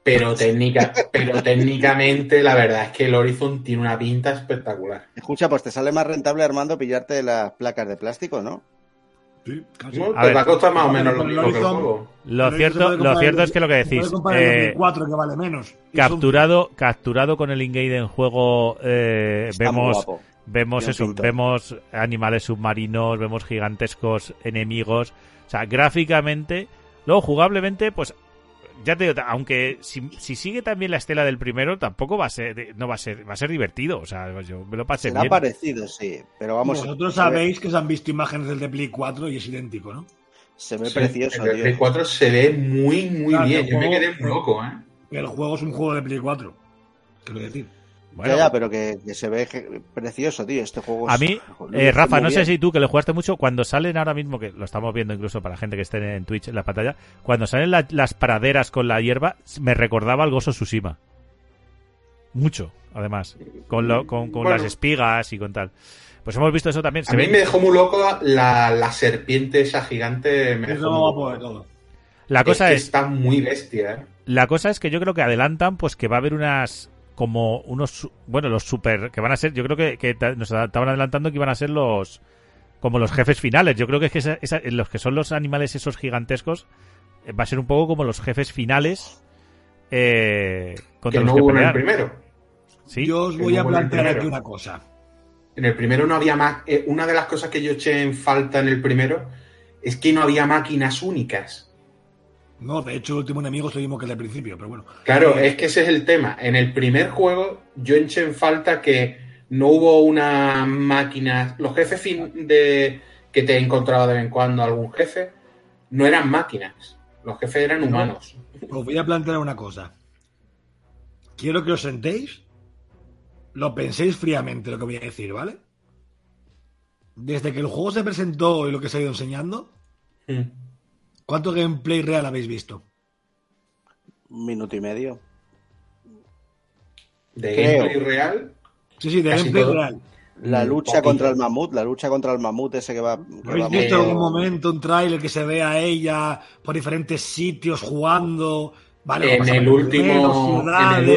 pero técnicamente la verdad es que el Horizon tiene una pinta espectacular. Escucha, pues te sale más rentable, Armando, pillarte las placas de plástico, ¿no? Sí, casi. No, A te ver, va a costar más o menos lo con el mismo que el Horizon, juego. Lo Pero cierto, eso se puede lo cierto comparar- es que lo que se puede decís, comparar el 2004, que vale menos. Y capturado con el in-game en juego, Está muy vemos guapo. vemos Bien eso, pinto. vemos animales submarinos, vemos gigantescos enemigos, o sea, gráficamente, luego jugablemente, pues ya te digo, aunque si sigue también la estela del primero, tampoco va a ser, no va a ser, va a ser divertido, o sea, yo me lo pasé Será bien. parecido, sí, pero vamos. Vosotros se ve- sabéis que se han visto imágenes del de Play 4 y es idéntico, ¿no? Se ve Sí, precioso, el de Play tío. 4 se ve muy, muy Claro, bien. el Yo me juego- quedé loco, ¿eh? El juego es un juego de Play 4. Quiero decir. Bueno, Ya, pero que se ve precioso, tío. Este juego a es- mí, lo hizo Rafa, muy no sé bien. si tú que le jugaste mucho, cuando salen ahora mismo, que lo estamos viendo incluso para gente que esté en Twitch en la pantalla, cuando salen las praderas con la hierba, me recordaba al Ghost of Tsushima. Mucho, además, con Bueno. las espigas y con tal. Pues hemos visto eso también. A Se mí ve- me dejó muy loco la serpiente esa gigante. Me Es dejó lo muy más loco. guapo de todo. La cosa que es, está muy bestia, ¿eh? la cosa es que yo creo que adelantan, pues que va a haber los super, que van a ser, yo creo que nos estaban adelantando que iban a ser como los jefes finales. Yo creo que es que los que son los animales esos gigantescos, va a ser un poco como los jefes finales contra Que los no que hubo en el pelear. primero. ¿Sí? Yo os Que voy no a hubo en el plantear aquí primero. una cosa. En el primero no había más. Una de las cosas que yo eché en falta en el primero es que no había máquinas únicas. No, de hecho, el último enemigo es el mismo que el del principio, pero bueno. Claro, es que ese es el tema. En el primer juego yo eché en falta que no hubo una máquina. Los jefes que te encontraba de vez en cuando algún jefe no eran máquinas. Los jefes eran No. humanos. Os voy a plantear una cosa. Quiero que os sentéis, lo penséis fríamente lo que voy a decir, ¿vale? Desde que el juego se presentó y lo que se ha ido enseñando, Mm. ¿cuánto gameplay real habéis visto? 1 minuto y medio. De Creo. gameplay real. Sí, de Casi gameplay todo. real. La lucha Poquito. contra el mamut ese que va. que ¿Habéis va visto en muy- algún momento un tráiler que se ve a ella por diferentes sitios jugando? ¿Vale? En el último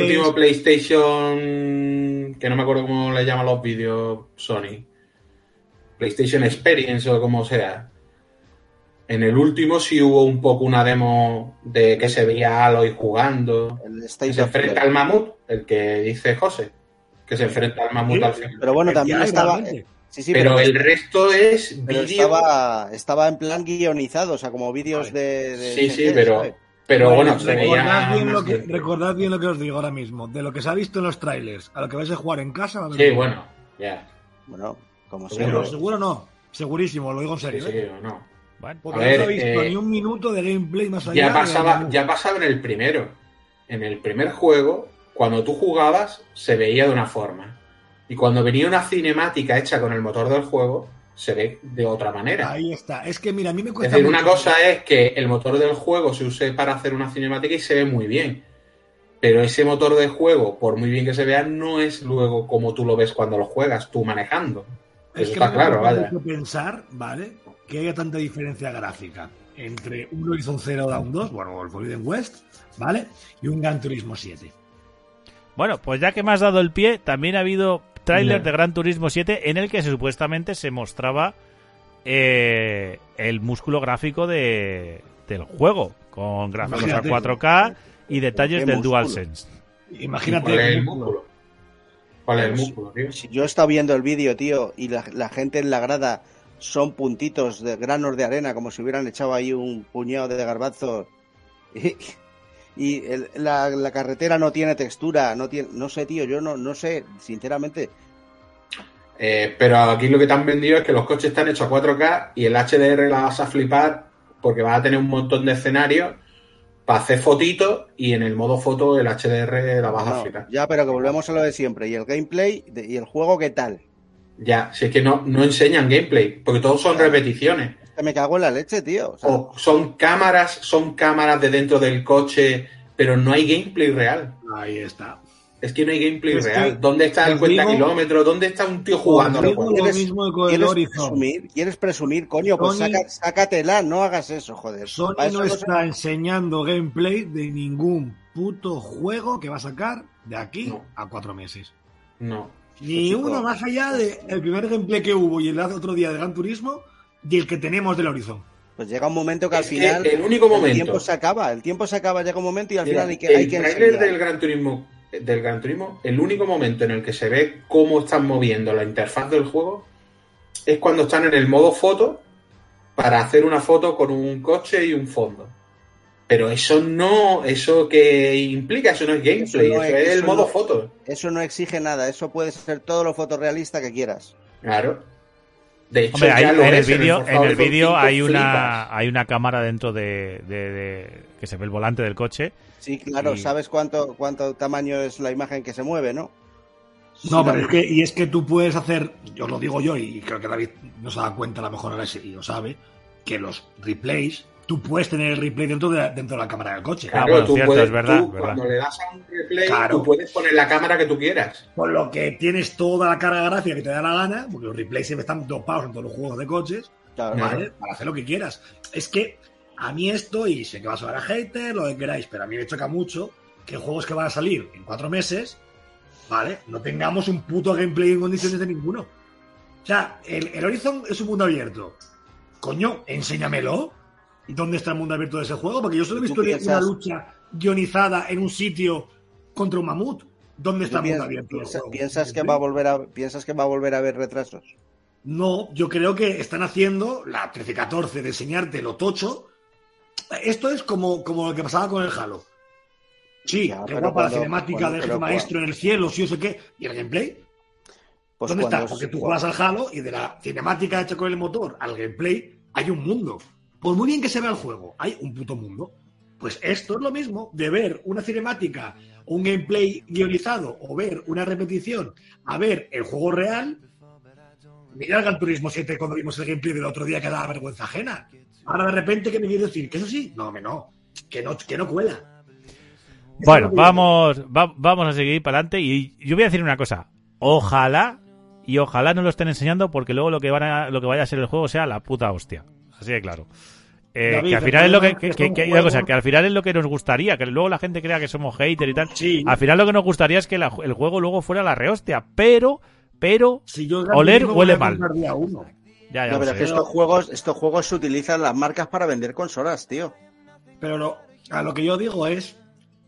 PlayStation, que no me acuerdo cómo le llaman los vídeos Sony, PlayStation Experience o como sea. En el último sí hubo un poco una demo de que se veía a Aloy jugando. El Que State se of enfrenta Play. al mamut, el que dice José, que se enfrenta al mamut Sí, al final. Pero bueno, también Ya, estaba. realmente. Sí, Pero el resto es pero vídeo. estaba en plan guionizado, o sea, como vídeos de Sí, CG, pero ¿sabes? bueno, se veía. recordad bien lo que os digo ahora mismo. De lo que se ha visto en los trailers a lo que vais a jugar en casa. va a haber Sí, un- bueno, ya. Bueno, como Seguro. Pero siempre. seguro no. Segurísimo, lo digo en Sí, serio. sí, ¿eh? o no. Bueno, Porque A no ver, he visto ni un minuto de gameplay más allá. Ya de- pasaba en el primero. En el primer juego, cuando tú jugabas, se veía de una forma. Y cuando venía una cinemática hecha con el motor del juego, se ve de otra manera. Ahí está. Es que mira, a mí me Es cuesta decir, una mucho- cosa es que el motor del juego se use para hacer una cinemática y se ve muy bien. Pero ese motor de juego, por muy bien que se vea, no es luego como tú lo ves cuando lo juegas, tú manejando. Es Eso que está me claro, cuesta vaya. mucho pensar, ¿vale? Que haya tanta diferencia gráfica entre un Horizon Zero Dawn 2, bueno, el Forbidden West, ¿vale? Y un Gran Turismo 7. Bueno, pues ya que me has dado el pie, también ha habido tráiler Ya. de Gran Turismo 7 en el que supuestamente se mostraba el músculo gráfico del juego, con gráficos a Imagínate. 4K y detalles ¿Qué del músculo? DualSense. Imagínate. ¿Cuál es el el músculo? ¿Cuál es el músculo, tío? Si yo he estado viendo el vídeo, tío, y la gente en la grada son puntitos de granos de arena, como si hubieran echado ahí un puñado de garbanzos. Y la carretera no tiene textura, no sé, tío, yo no sé, sinceramente. Pero aquí lo que te han vendido es que los coches están hechos a 4K y el HDR la vas a flipar porque vas a tener un montón de escenarios para hacer fotitos y en el modo foto el HDR la vas a No, flipar. ya, pero que volvemos a lo de siempre. Y el gameplay y el juego, ¿qué tal? Ya, si es que no enseñan gameplay, porque todos son repeticiones. Que me cago en la leche, tío. O sea, O son cámaras de dentro del coche, pero no hay gameplay real. Ahí está. Es que no hay gameplay Es que, real. ¿Dónde está el os cuenta digo- kilómetros? ¿Dónde está un tío jugando? os al digo juego? lo mismo que el Horizon. ¿Quieres presumir, coño? Pues Sony- sácatela, no hagas eso, joder. Sony Para eso no no está enseñando gameplay de ningún puto juego que va a sacar de aquí No. a 4 meses. No. Ni uno más allá del primer gameplay que hubo y el otro día de Gran Turismo y el que tenemos del Horizon. Pues llega un momento que al Es que final el único momento- tiempo se acaba, llega un momento y al Mira, final hay que el tráiler enseñar. del Gran Turismo, el único momento en el que se ve cómo están moviendo la interfaz del juego es cuando están en el modo foto para hacer una foto con un coche y un fondo. Pero eso que implica, eso no es gameplay, eso es el modo foto. Eso no exige nada, eso puede ser todo lo fotorrealista que quieras. Claro. De hecho, Hombre, ya lo en el es, vídeo Forza Horizon 5 hay flipas. una cámara dentro de que se ve el volante del coche. Sí, claro, Y- sabes cuánto tamaño es la imagen que se mueve, ¿no? No, Sí, pero es que tú puedes hacer, yo lo digo yo y creo que David no se da cuenta, a lo mejor ahora sí y lo sabe, que los replays, tú puedes tener el replay dentro de la cámara del coche. Ah, bueno, tú cierto, puedes, es verdad, tú, verdad. cuando le das a un replay, Claro. tú puedes poner la cámara que tú quieras. Por lo que tienes toda la carga gráfica que te da la gana, porque los replays siempre están dopados en todos los juegos de coches, Claro. ¿vale? Para hacer lo que quieras. Es que a mí esto, y sé que va a sonar a hater, lo que queráis, pero a mí me choca mucho que juegos que van a salir en 4 meses, ¿vale? No tengamos un puto gameplay en condiciones de ninguno. O sea, el Horizon es un mundo abierto. Coño, enséñamelo. ¿Dónde está el mundo abierto de ese juego? Porque yo solo he ¿Tú visto una piensas- lucha guionizada en un sitio contra un mamut. ¿Dónde está el mundo ¿Tú abierto del juego? piensas que va a volver a haber retrasos? No, yo creo que están haciendo la 13-14 de enseñarte lo tocho. Esto es como lo que pasaba con el Halo. Sí, Ya, qué pero guapa la cuando- cinemática cuando- del pero jefe maestro en el cielo, sí o sé qué. ¿Y el gameplay? Pues ¿Dónde cuando está? es- Porque tú juegas al Halo y de la cinemática hecha con el motor al gameplay hay un mundo. Por muy bien que se vea el juego, hay un puto mundo. Pues esto es lo mismo de ver una cinemática, un gameplay guionizado o ver una repetición a ver el juego real. Mira el Gran Turismo 7 cuando vimos el gameplay del otro día que daba vergüenza ajena. Ahora de repente, ¿qué me quieres decir? ¿Que eso sí? No, que no cuela. Bueno, Eso es lo que vamos a seguir para adelante y yo voy a decir una cosa. Ojalá no lo estén enseñando porque luego lo que vaya a ser el juego sea la puta hostia. Así de claro. David, que al final es lo el problema es que que hay son una cosa, juegos- que al final es lo que nos gustaría, que luego la gente crea que somos hater y tal. Sí. Al final lo que nos gustaría es que el juego luego fuera la rehostia, pero Si yo el Gran oler Turismo huele voy a mal. comprar día uno. ya No, lo pero sé. es que estos juegos se utilizan las marcas para vender consolas, tío. Pero a lo que yo digo es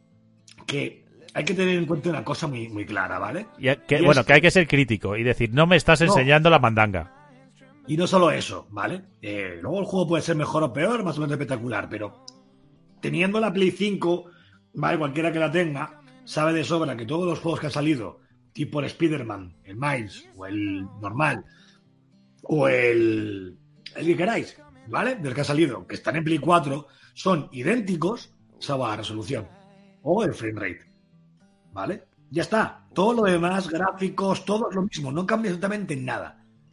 que hay que tener en cuenta una cosa muy, muy clara, ¿vale? Y que, y bueno, es- que hay que ser crítico y decir, no me estás No. enseñando la mandanga. Y no solo eso, ¿vale? Luego el juego puede ser mejor o peor, más o menos espectacular, pero teniendo la Play 5, ¿vale? Cualquiera que la tenga, sabe de sobra que todos los juegos que han salido, tipo el Spider-Man, el Miles, o el normal, o el que queráis, ¿vale? Del que ha salido, que están en Play 4, son idénticos, salvo la resolución, o el frame rate, ¿vale? Ya está. Todo lo demás, gráficos, todo es lo mismo, no cambia absolutamente nada.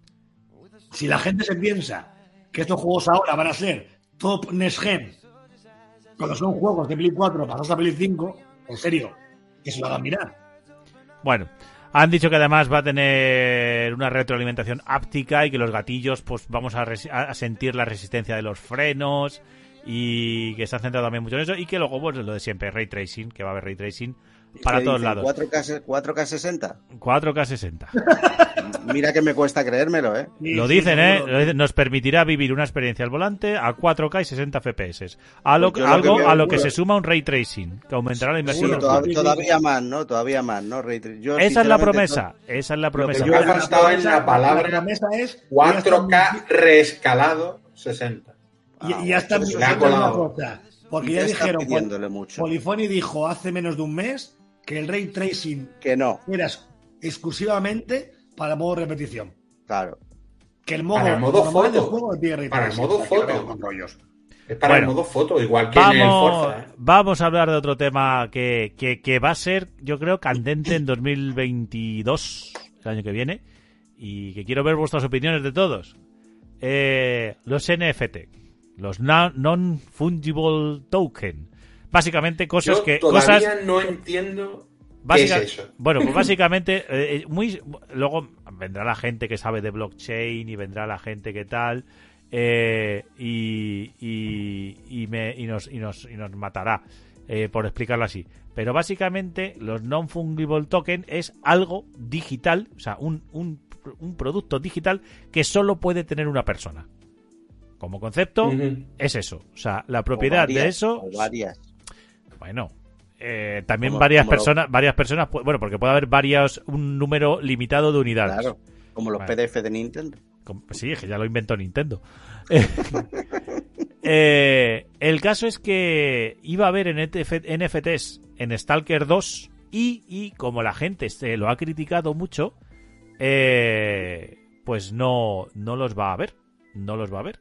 Si la gente se piensa que estos juegos ahora van a ser top next gen, cuando son juegos de Play 4 pasados a Play 5, en serio, que se lo hagan mirar. Bueno, han dicho que además va a tener una retroalimentación áptica y que los gatillos, pues vamos a sentir la resistencia de los frenos y que se ha centrado también mucho en eso y que luego, pues lo de siempre, ray tracing, que va a haber ray tracing para ¿Qué todos dicen? lados. 4K60. 4K60. Mira que me cuesta creérmelo, ¿eh? Lo dicen, Lo dicen, nos permitirá vivir una experiencia al volante a 4K y 60 FPS. Algo Pues yo lo que veo, a lo que bueno. se suma un ray tracing, que aumentará la inversión. Sí, del juego. todavía más, ¿no? Todavía más, ¿no? Ray Tracing. Yo, Esa es la sinceramente, promesa. Esa es la promesa. yo- me ha faltado en la palabra promesa es 4K reescalado 60. y ya están eso le ha diciendo una colado. cosa, porque Y ya ya están dijeron, pidiéndole mucho. Polyphony dijo hace menos de un mes que el ray tracing Que no, era exclusivamente para el modo repetición. claro. Que el modo, Para el modo normal del foto. juego tiene ray Para el tracing, modo o sea, que no foto. vengan con rollos. Es para Bueno, el modo foto, igual que en el Forza. Vamos a hablar de otro tema que va a ser, yo creo, candente en 2022, el año que viene, y que quiero ver vuestras opiniones de todos. Los NFT, los Non-Fungible Token. Básicamente cosas Yo que... todavía cosas no entiendo qué básica- es eso. Bueno, pues básicamente, luego vendrá la gente que sabe de blockchain y vendrá la gente que tal, y nos matará. por explicarlo así. Pero básicamente los non-fungible token es algo digital, o sea, un producto digital que solo puede tener una persona. Como concepto, es eso. O sea, la propiedad de eso... O varias. Bueno, también Como varias personas, bueno, porque puede haber un número limitado de unidades. Claro, como los Vale. PDF de Nintendo. Sí, es que ya lo inventó Nintendo. El caso es que iba a haber NFTs en Stalker 2 y como la gente se lo ha criticado mucho, pues no los va a ver. No los va a ver.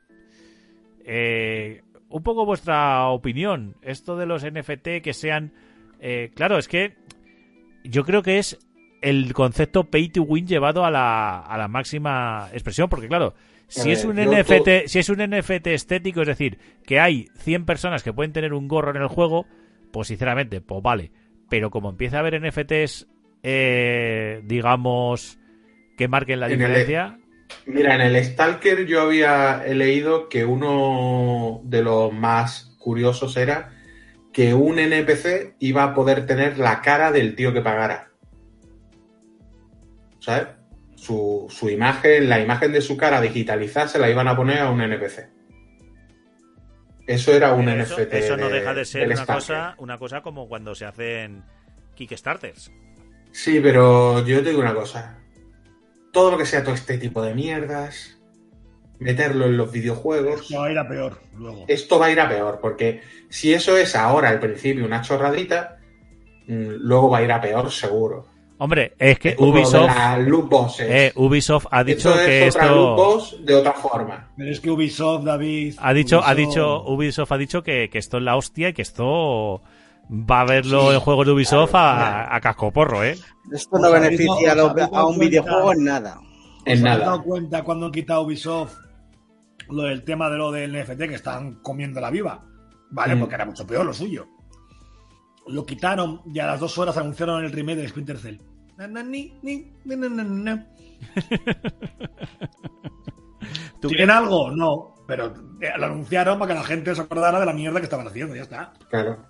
Un poco vuestra opinión. Esto de los NFT que sean... claro, es que yo creo que es el concepto pay to win llevado a la máxima expresión, porque claro, si es un NFT estético, es decir, que hay 100 personas que pueden tener un gorro en el juego, pues sinceramente, pues vale. Pero como empieza a haber NFTs, digamos, que marquen la diferencia... Mira, en el Stalker yo he leído que uno de los más curiosos era que un NPC iba a poder tener la cara del tío que pagara. ¿Sabes? Su imagen, la imagen de su cara digitalizada se la iban a poner a un NPC. Eso era un NFT. Eso no deja de ser Stalker. una cosa como cuando se hacen Kickstarters. Sí, pero yo te digo una cosa. Todo lo que sea todo este tipo de mierdas, meterlo en los videojuegos... Esto va a ir a peor luego. Esto va a ir a peor, porque si eso es ahora, al principio, una chorradita, luego va a ir a peor seguro. Hombre, es que Ubisoft... loot boxes. Ubisoft ha dicho esto que es otra esto... loot box de otra forma. Pero es que Ubisoft, David... Ubisoft ha dicho que esto es la hostia y que esto... Va a verlo en juegos de Ubisoft a cascoporro, ¿eh? Esto no beneficia a un videojuego en nada. En ¿Os nada. habéis dado cuenta cuando han quitado Ubisoft lo del tema de lo del NFT que están comiendo la viva? ¿Vale? Porque era mucho peor lo suyo. Lo quitaron y a las 2 horas anunciaron el remake de Splinter Cell. ¿Tienen algo? No. Pero lo anunciaron para que la gente se acordara de la mierda que estaban haciendo. Ya está. Claro.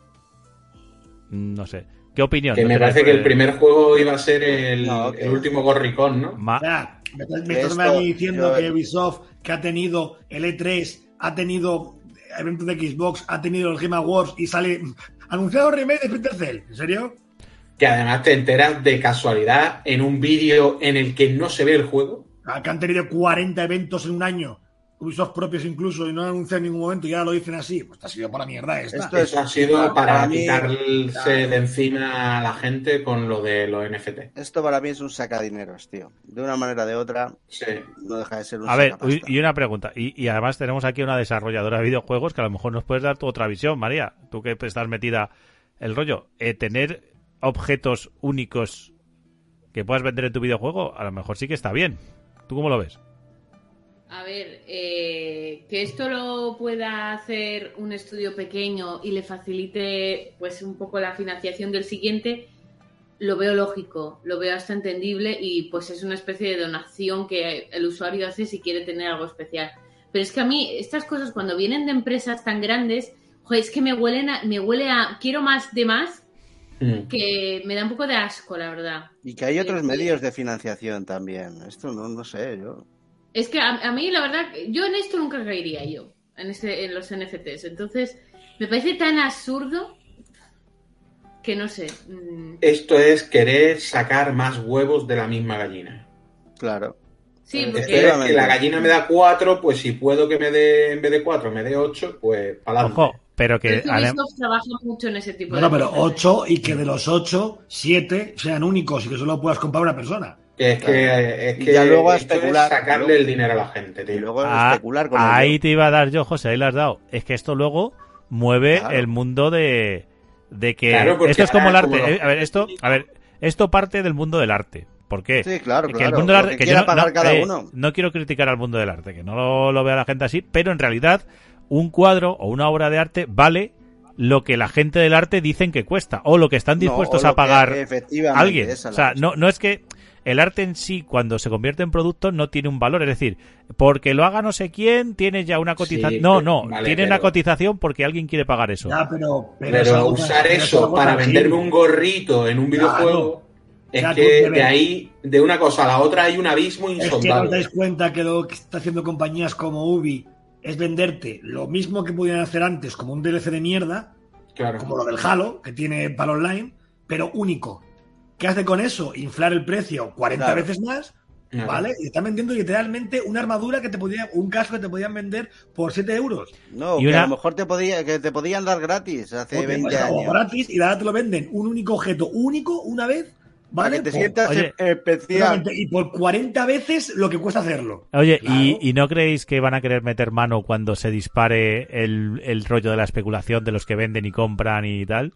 No sé. ¿Qué opinión? Que ¿No me tenéis parece que el primer juego iba a ser el último Gorricón, ¿no? O sea, me estás a mí diciendo que Ubisoft, que ha tenido el E3, ha tenido eventos de Xbox, ha tenido el Game Awards y sale anunciado el remake de Splinter Cell. ¿En serio? Que además te enteras de casualidad en un vídeo en el que no se ve el juego. Que han tenido 40 eventos en un año, Ubisoft propios incluso, y no han anunciado en ningún momento y ahora lo dicen así. Pues te ha sido por la mierda esta. Eso ha sido para mí, quitarse de encima a la gente con lo de los NFT. Esto para mí es un sacadineros, tío. De una manera o de otra, Sí. no deja de ser un A ver, sacapasta. y una pregunta. Y además tenemos aquí una desarrolladora de videojuegos que a lo mejor nos puedes dar tu otra visión, María. Tú que estás metida el rollo. Tener objetos únicos que puedas vender en tu videojuego, a lo mejor sí que está bien. ¿Tú cómo lo ves? A ver, que esto lo pueda hacer un estudio pequeño y le facilite pues un poco la financiación del siguiente, lo veo lógico, lo veo hasta entendible y pues es una especie de donación que el usuario hace si quiere tener algo especial. Pero es que a mí estas cosas cuando vienen de empresas tan grandes, joder, es que me huele a quiero más de más, que me da un poco de asco, la verdad. Y que hay otros medios de financiación también. Esto no sé, yo... Es que a mí, la verdad, yo en esto nunca caería yo, en los NFTs. Entonces, me parece tan absurdo que no sé. Esto es querer sacar más huevos de la misma gallina. Claro. Sí, Esto porque... es que la gallina me da 4, pues si puedo que me dé, en vez de 4, me dé 8, pues para adelante. Ojo, pero que... Ubisoft trabaja mucho en ese tipo de Pero cosas. 8 y que de los 8, 7 sean únicos y que solo puedas comprar una persona. Es que Y ya luego a esto especular, es sacarle luego- el dinero a la gente, tío. Y luego especular con ahí ello. te iba a dar yo, José, ahí lo has dado. Es que esto luego mueve Claro. el mundo de que... Claro, porque esto es como el ahora, arte. como A ver, esto parte del mundo del arte. ¿Por qué? Sí, claro, Que claro. el mundo del Lo arte, que que quiera yo pagar cada uno. no quiero criticar al mundo del arte, que no lo vea la gente así, pero en realidad un cuadro o una obra de arte vale lo que la gente del arte dicen que cuesta o lo que están dispuestos No, o a lo que pagar efectivamente alguien. es a O la sea, vez. no es que el arte en sí, cuando se convierte en producto, no tiene un valor. Es decir, porque lo haga no sé quién, tiene ya una cotización. Sí, vale, tiene una cotización porque alguien quiere pagar eso. Ya, pero usar eso para venderme un gorrito en un videojuego, es que de ahí, de una cosa a la otra, hay un abismo insondable. Es que no os dais cuenta que lo que está haciendo compañías como Ubi es venderte lo mismo que podían hacer antes como un DLC de mierda, claro, como lo del Halo, que tiene para online, pero único. ¿Qué hace con eso? Inflar el precio 40 veces más, ¿vale? Y están vendiendo literalmente una armadura un casco que te podían vender por 7 euros. No, que a lo mejor te podían dar gratis hace 20 años. Gratis, y ahora te lo venden un único objeto único una vez, ¿vale? Para que te sientas especial. Y por 40 veces lo que cuesta hacerlo. Oye, claro. ¿y no creéis que van a querer meter mano cuando se dispare el rollo de la especulación de los que venden y compran y tal?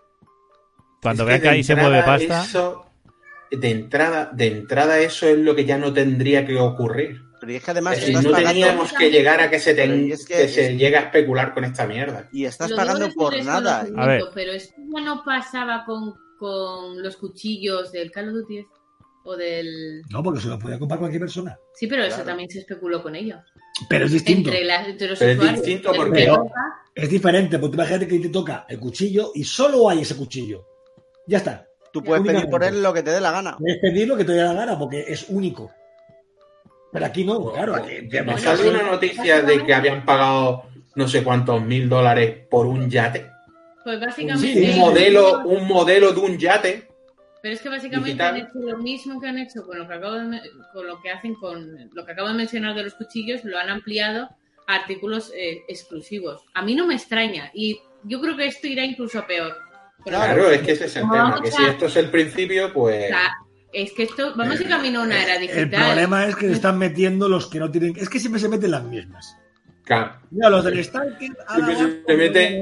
Cuando vean que ahí se mueve pasta. Eso, de entrada eso es lo que ya no tendría que ocurrir. Pero es que además no teníamos que llegar a que se llegue a especular con esta mierda. Y estás pagando por nada. A ver. Pero esto ya no pasaba con los cuchillos del Call of Duty o del... No, porque se lo podía comprar cualquier persona. Sí, pero eso también se especuló con ellos. Pero es distinto. Entre los pero usuarios. Es distinto porque... Es diferente, porque imagínate que te toca el cuchillo y solo hay ese cuchillo. Ya está. Tú puedes pedir por él lo que te dé la gana. Puedes pedir lo que te dé la gana porque es único. Pero aquí no, claro. ¿No salió una noticia de que habían pagado no sé cuántos $1,000 por un yate? Pues básicamente... Sí, un modelo de un yate. Pero es que básicamente digital. Han hecho lo mismo que han hecho con lo que hacen con lo que acabo de mencionar de los cuchillos, lo han ampliado a artículos exclusivos. A mí no me extraña y yo creo que esto irá incluso a peor. Claro, es que ese es el tema, que si esto es el principio, pues... Es que esto, vamos a camino a una era digital. El problema es que se están metiendo los que no tienen... Es que siempre se meten las mismas. Claro. Mira, los del Stalker... Se mete...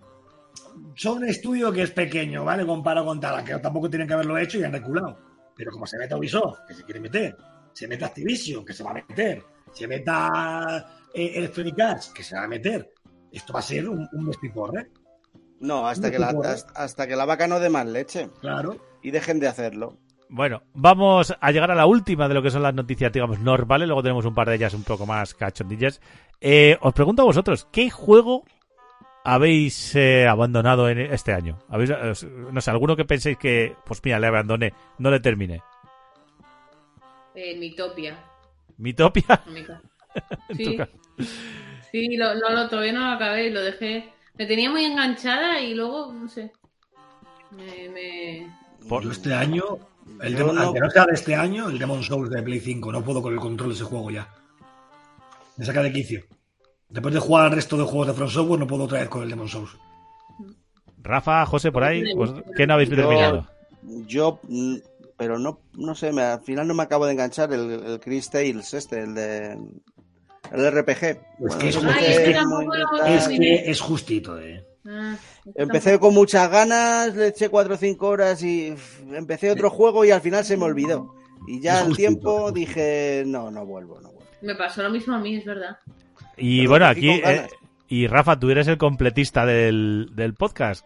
Son un estudio que es pequeño, ¿vale? Comparado con tal, que tampoco tienen que haberlo hecho y han reculado. Pero como se mete a Ubisoft, que se quiere meter, se mete a Activision, que se va a meter, se meta Electronic Arts, que se va a meter, esto va a ser un despiporre. No, hasta que la vaca no dé más leche. Claro. Y dejen de hacerlo. Bueno, vamos a llegar a la última de lo que son las noticias, digamos, normales. Luego tenemos un par de ellas un poco más cachondillas. Os pregunto a vosotros, ¿qué juego habéis abandonado en este año? No sé, alguno que penséis que, pues mira, le abandoné, no le terminé. Mitopia. ¿Mitopia? Sí, sí, todavía no lo acabé, lo dejé. Me tenía muy enganchada y luego, no sé. Yo este año, aunque no sea de este año, el Demon's Souls de Play 5, no puedo con el control de ese juego ya. Me saca de quicio. Después de jugar al resto de juegos de From Software, no puedo otra vez con el Demon's Souls. Rafa, José, por ahí, ¿qué no habéis terminado? Yo, pero no sé, al final no me acabo de enganchar el Chris Tales el RPG. Pues bueno, que es justito, Empecé con muchas ganas, le eché 4 o 5 horas y empecé otro juego y al final se me olvidó. Y ya al tiempo dije, no vuelvo. Me pasó lo mismo a mí, es verdad. Y bueno, aquí... y Rafa, tú eres el completista del podcast.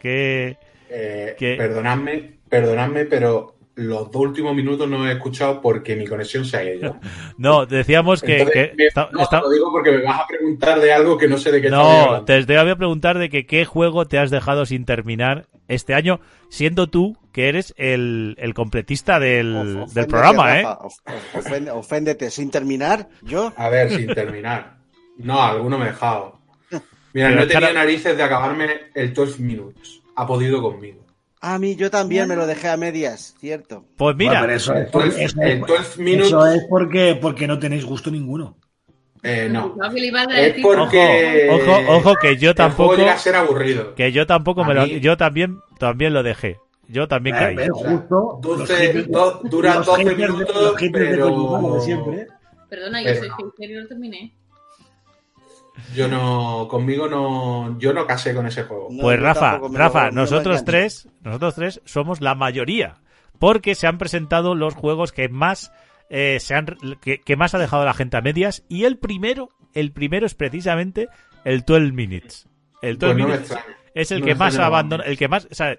Perdonadme, pero los 2 últimos minutos no he escuchado porque mi conexión se ha ido. No, decíamos que... Lo digo porque me vas a preguntar de algo que no sé de qué estamos hablando. Te voy a preguntar de qué juego te has dejado sin terminar este año, siendo tú que eres el completista del programa, Rafa, oféndete, sin terminar, ¿yo? A ver, sin terminar. No, alguno me he dejado. Mira, no he tenido narices de acabarme el 12 Minutes. Ha podido conmigo. A mí yo también me lo dejé a medias, cierto. Pues mira, bueno, eso es porque no tenéis gusto ninguno. No. Es porque ojo que yo tampoco llega a ser aburrido. Que yo tampoco yo también lo dejé. Yo también caí. Justo, dura 12 minutos, pero... de siempre. Perdona, yo soy hater y lo terminé. Yo no casé con ese juego. Pues Rafa, nosotros tres somos la mayoría, porque se han presentado los juegos que más que más ha dejado la gente a medias, y el primero es precisamente el 12 Minutes. El 12 Minutes es el que más abandona, el que más, o sea,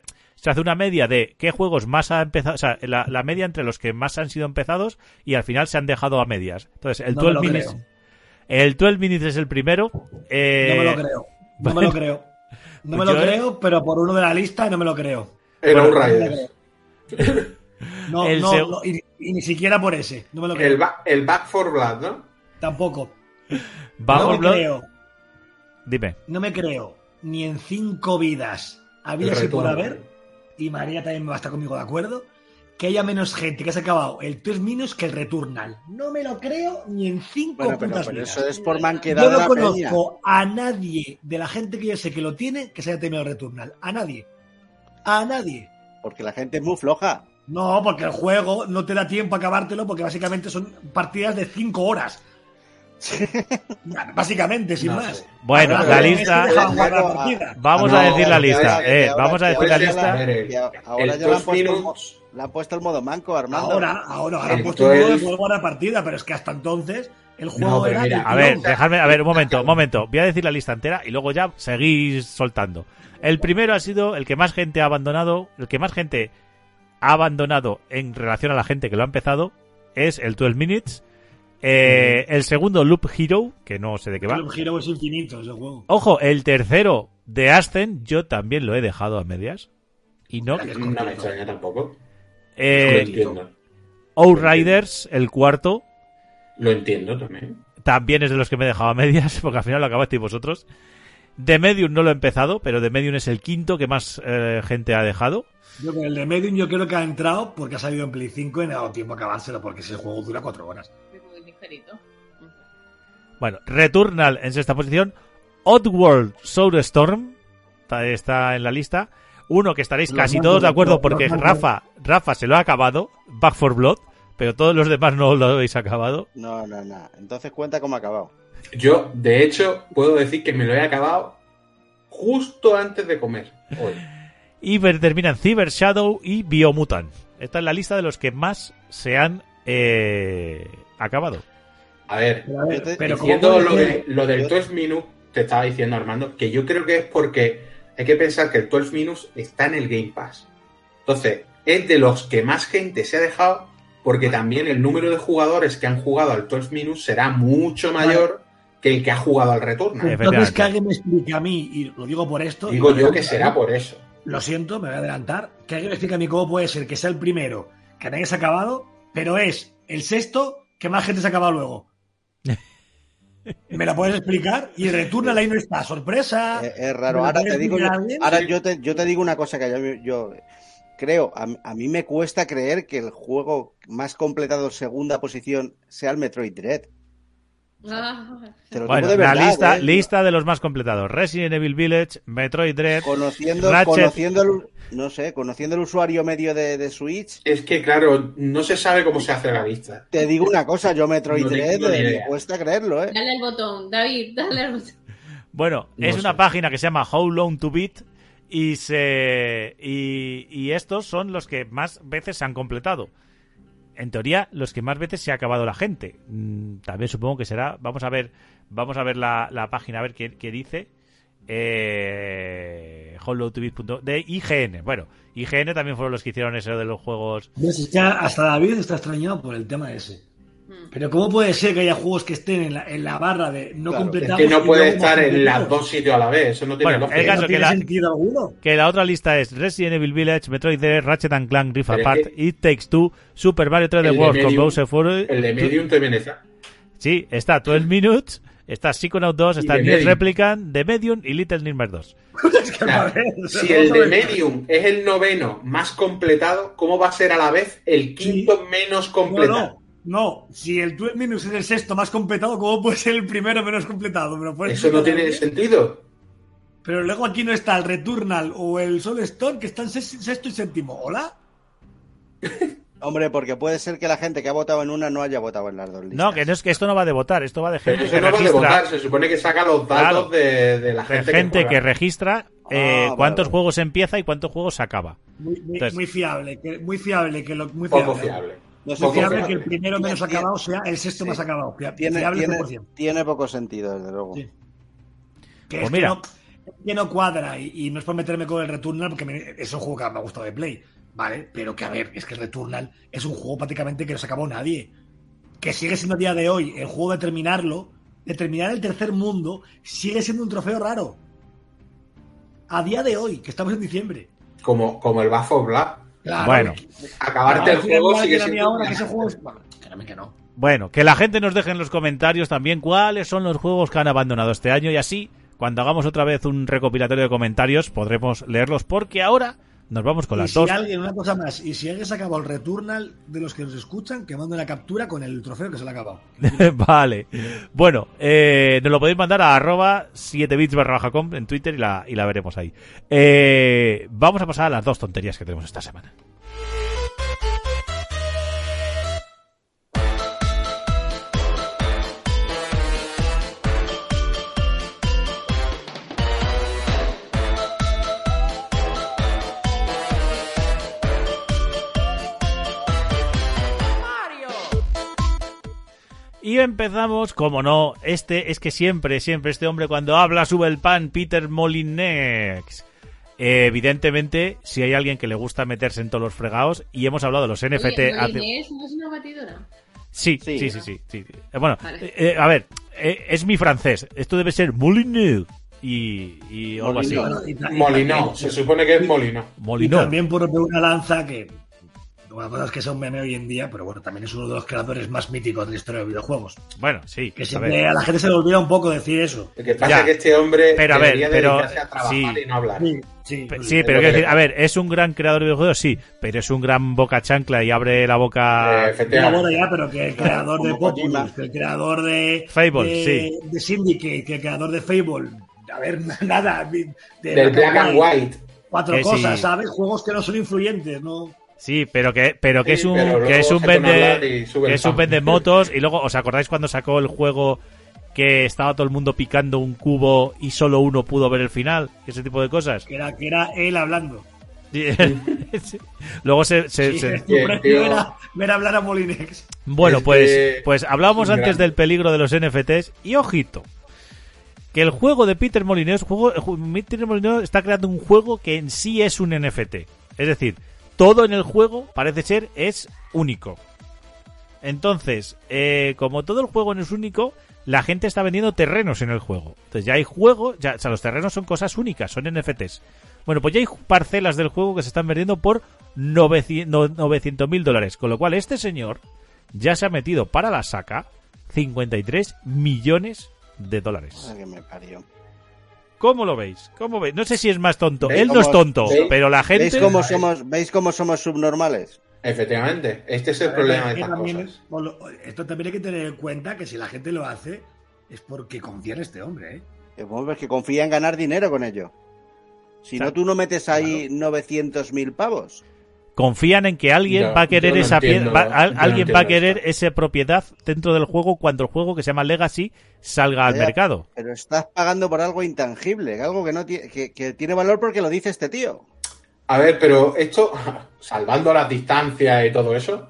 se hace una media de qué juegos más ha empezado, o sea, la media entre los que más han sido empezados y al final se han dejado a medias. Entonces, el 12 Minutes... Creo. El 12 Minutes es el primero. No me lo creo. No me lo creo. No me lo creo, pero por uno de la lista no me lo creo. El Bueno, Outriders. No, El no, seg- no, y ni siquiera por ese. No me lo creo. El Back 4 Blood, ¿no? Tampoco. Back No 4 me Blood. creo. Dime. No me creo ni en 5 vidas había El si por retorno. haber, y María también va a estar conmigo de acuerdo, que haya menos gente que se ha acabado el 3 Minus que el Returnal. No me lo creo ni en 5 Bueno, putas pero vidas. eso es por manquedad Yo de no la peña. conozco a nadie de la gente que yo sé que lo tiene que se haya terminado el Returnal. A nadie. A nadie. Porque la gente es muy floja. No, porque el juego no te da tiempo a acabártelo porque básicamente son partidas de 5 horas. Básicamente, sin No más. sé. Bueno, Ahora, la es que lista... dejan jugar la Claro, partida. Vamos No, a decir la que lista. ahora- Vamos a decir la ahora- lista. A ver, el- Ahora el ya le 12 han puesto Minutes... le han puesto el modo manco, Armando. Ahora han El puesto un modo de 12. poder guardar partida, pero es que hasta entonces el juego No, pero era... mira, de A ver, tirón. dejadme, a ver, un momento. Voy a decir la lista entera y luego ya seguís soltando. El primero ha sido el que más gente ha abandonado, en relación a la gente que lo ha empezado, es el 12 Minutes. El segundo, Loop Hero, que no sé de qué va. El giro es infinito ese juego. Ojo, el tercero de Ascent, yo también lo he dejado a medias. Y no. No me extraña tampoco. Lo Eh, entiendo. Outriders, el cuarto, Lo entiendo también. también es de los que me he dejado a medias, porque al final lo acabasteis vosotros. The Medium no lo he empezado, pero The Medium es el quinto que más gente ha dejado. Yo con el de Medium yo creo que ha entrado porque ha salido en Play 5 y no ha dado tiempo a acabárselo porque ese juego dura 4 horas. Es muy ligerito. Bueno, Returnal en sexta posición. Oddworld Soulstorm está en la lista. Uno que estaréis Los casi blancos, todos de acuerdo los porque blancos. Rafa se lo ha acabado. Back 4 Blood. Pero todos los demás no lo habéis acabado. No. Entonces cuenta cómo ha acabado. Yo, de hecho, puedo decir que me lo he acabado justo antes de comer hoy. Y terminan Cyber Shadow y Biomutant. Esta es la lista de los que más se han acabado. A ver, Pero, a ver, Yo te- pero ¿cómo diciendo puede ser? lo del yo- 12 Minutes, te estaba diciendo, Armando, que yo creo que es porque hay que pensar que el 12 Minutes está en el Game Pass. Entonces, es de los que más gente se ha dejado, porque también el número de jugadores que han jugado al 12 Minutes será mucho mayor que el que ha jugado al Returnal. Efectivamente. Entonces que alguien me explique a mí, y lo digo por esto... Digo y yo que será por eso. Lo siento, me voy a adelantar. Que alguien me explique a mí cómo puede ser que sea el primero que nadie se ha acabado, pero es el sexto que más gente se ha acabado luego. ¿Me la puedes explicar? Y el Returnal ahí no está. ¡Sorpresa! Es raro. ¿Me lo Ahora puedes te digo yo, explicar alguien? ahora Sí. yo te digo una cosa que yo creo, a mí me cuesta creer que el juego más completado segunda posición sea el Metroid Dread. Ah, Te lo Bueno, digo de la verdad, lista de los más completados. Resident Evil Village, Metroid Dread, Conociendo el usuario medio de Switch, Es que, claro, no se sabe cómo se hace la lista. te digo una cosa, yo Metroid No Dread tengo ni me idea. cuesta creerlo, ¿eh? dale al botón, David, dale al botón. Bueno, No es sé. una página que se llama How Long to Beat y estos son los que más veces se han completado. En teoría, los que más veces se ha acabado la gente. También supongo que será. Vamos a ver la página, a ver qué dice. Howlongtobeat de IGN. Bueno, IGN también fueron los que hicieron eso de los juegos. Ves, es que hasta David está extrañado por el tema ese. Mm. Pero ¿cómo puede ser que haya juegos que estén en la barra de no Claro, Es completados? que no y puede luego estar en completados? las dos sitios a la vez. Eso no tiene Bueno, lógica. el caso No que tiene la- sentido alguno. Que la otra lista es Resident Evil Village, Metroid Dread, Ratchet and Clank Rift Pero es Apart, que- It Takes Two, Super Mario 3D El de World con Medium- Bowser Fury. El de Medium también está. Sí, está 12 Minutes, está Psychonaut 2, está Y de Nier Medium. Replicant, The Medium y Little Nightmares 2. Es que, O sea, a ver, si el de Medium es el noveno más completado, ¿cómo va a ser a la vez el quinto menos completado? No. Si el 12 Minutes es el sexto más completado, ¿cómo puede ser el primero menos completado? ¿Me lo puedes Eso no explicar tiene también? sentido. Pero luego aquí no está el Returnal o el Soulstorm, que están sexto y séptimo. ¿Hola? Hombre, porque puede ser que la gente que ha votado en una no haya votado en las dos listas. No, que no es que esto no va de votar, esto va de Pero gente eso que no va de registra, votar. Se supone que saca los Claro. datos de la de gente, gente que juega. registra Vale, cuántos vale. juegos empieza y cuántos juegos se acaba. Muy Entonces- fiable. Muy fiable. Muy Poco fiable. fiable. No sé, Muy Poco fiable fiable. que el primero menos Tiene- acabado sea el sexto sí. más acabado. tiene, Fiable tiene, 100%. tiene poco sentido, desde luego. Sí. Que Pues es mira. que no, que no cuadra, y no es por meterme con el Returnal, porque es un juego que me ha gustado de Play, ¿vale? Pero que, a ver, es que el Returnal es un juego prácticamente que no se acabó nadie. Que sigue siendo a día de hoy el juego de terminar el tercer mundo, sigue siendo un trofeo raro. A día de hoy, que estamos en diciembre. Como el Back 4 Blood. Claro, Bueno. Acabarte el juego sigue siendo... ahora que ese juego es... Bueno, que no. Bueno, que la gente nos deje en los comentarios también cuáles son los juegos que han abandonado este año y así, cuando hagamos otra vez un recopilatorio de comentarios, podremos leerlos porque ahora nos vamos con las dos. Una cosa más, y si alguien se ha acabado el Returnal de los que nos escuchan, que mande una captura con el trofeo que se le ha acabado. Vale. Bueno, nos lo podéis mandar a @7bits_com en Twitter y la veremos ahí. Vamos a pasar a las dos tonterías que tenemos esta semana. Y empezamos, como no, es que siempre este hombre cuando habla sube el pan, Peter Molyneux. Evidentemente, si hay alguien que le gusta meterse en todos los fregados, y hemos hablado de los NFT... Molyneux no es una batidora. Sí. Bueno, vale. A ver, es mi francés, esto debe ser Molyneux y algo así. Molino, se supone que es Molino. Y también por una lanza que... Una cosa es que sea un meme hoy en día, pero bueno, también es uno de los creadores más míticos de la historia de los videojuegos. Bueno, sí. Que siempre a la gente se le olvida un poco decir eso. Lo que pasa es que este hombre debería dedicarse a trabajar y no hablar. Sí, pero quiero decir, a ver, es un gran creador de videojuegos, sí, pero es un gran boca chancla y abre la boca... pero que el creador de Populous, que el creador de... Fable, de Syndicate, que el creador de Fable... A ver, nada... Del Black and White. Cuatro cosas, ¿sabes? Juegos que no son influyentes, ¿no? Sí, pero que es un vende motos. Y luego, ¿os acordáis cuando sacó el juego que estaba todo el mundo picando un cubo y solo uno pudo ver el final? Ese tipo de cosas. Que era él hablando. Sí. Luego era ver hablar a Molyneux. Bueno, pues hablábamos antes del peligro de los NFTs y ojito. Que el juego de Peter Molyneux, está creando un juego que en sí es un NFT. Es decir, todo en el juego, parece ser, es único. Entonces, como todo el juego no es único, la gente está vendiendo terrenos en el juego. Entonces ya hay juego, los terrenos son cosas únicas, son NFTs. Bueno, pues ya hay parcelas del juego que se están vendiendo por $900.000. Con lo cual, este señor ya se ha metido para la saca $53 millones. Que me parió. ¿Cómo lo veis? No sé si es más tonto. Él no es tonto, pero la gente... ¿Veis cómo somos subnormales? Efectivamente. Este es el problema de estas cosas. Esto también hay que tener en cuenta que si la gente lo hace es porque confía en este hombre, ¿eh? Es que confía en ganar dinero con ello. Si no, tú no metes ahí 900.000 pavos. Confían en que alguien va a querer alguien va a querer esa propiedad dentro del juego cuando el juego que se llama Legacy salga al mercado. Pero estás pagando por algo intangible, algo que no que tiene valor porque lo dice este tío. A ver, pero esto, salvando las distancias y todo eso,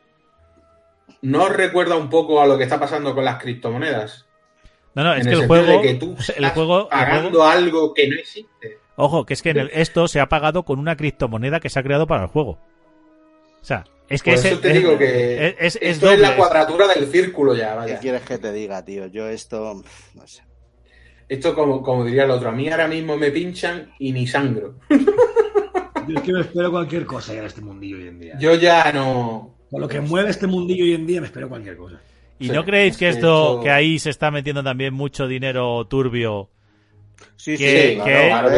¿no os recuerda un poco a lo que está pasando con las criptomonedas? No, es que el juego... De que tú estás pagando algo que no existe. Ojo, que es que esto se ha pagado con una criptomoneda que se ha creado para el juego. O sea, es que por eso te digo que esto es la cuadratura del círculo ya, vaya. ¿Qué quieres que te diga, tío? Yo esto... no sé. Esto como diría el otro, a mí ahora mismo me pinchan y ni sangro. Yo es que me espero cualquier cosa ya en este mundillo hoy en día. Yo ya no... Con lo que mueve este mundillo hoy en día me espero cualquier cosa. ¿Y no creéis que que ahí se está metiendo también mucho dinero turbio? Sí, claro.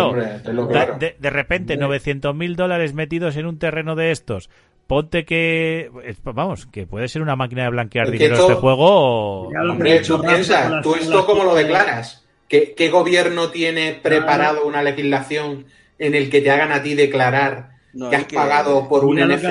De repente, Hombre. $900.000 metidos en un terreno de estos. Ponte que... Vamos, que puede ser una máquina de blanquear dinero este juego. Hombre, tú piensas, ¿tú esto cómo lo declaras? ¿Qué gobierno tiene preparado una legislación en el que te hagan a ti declarar que has pagado por un NFT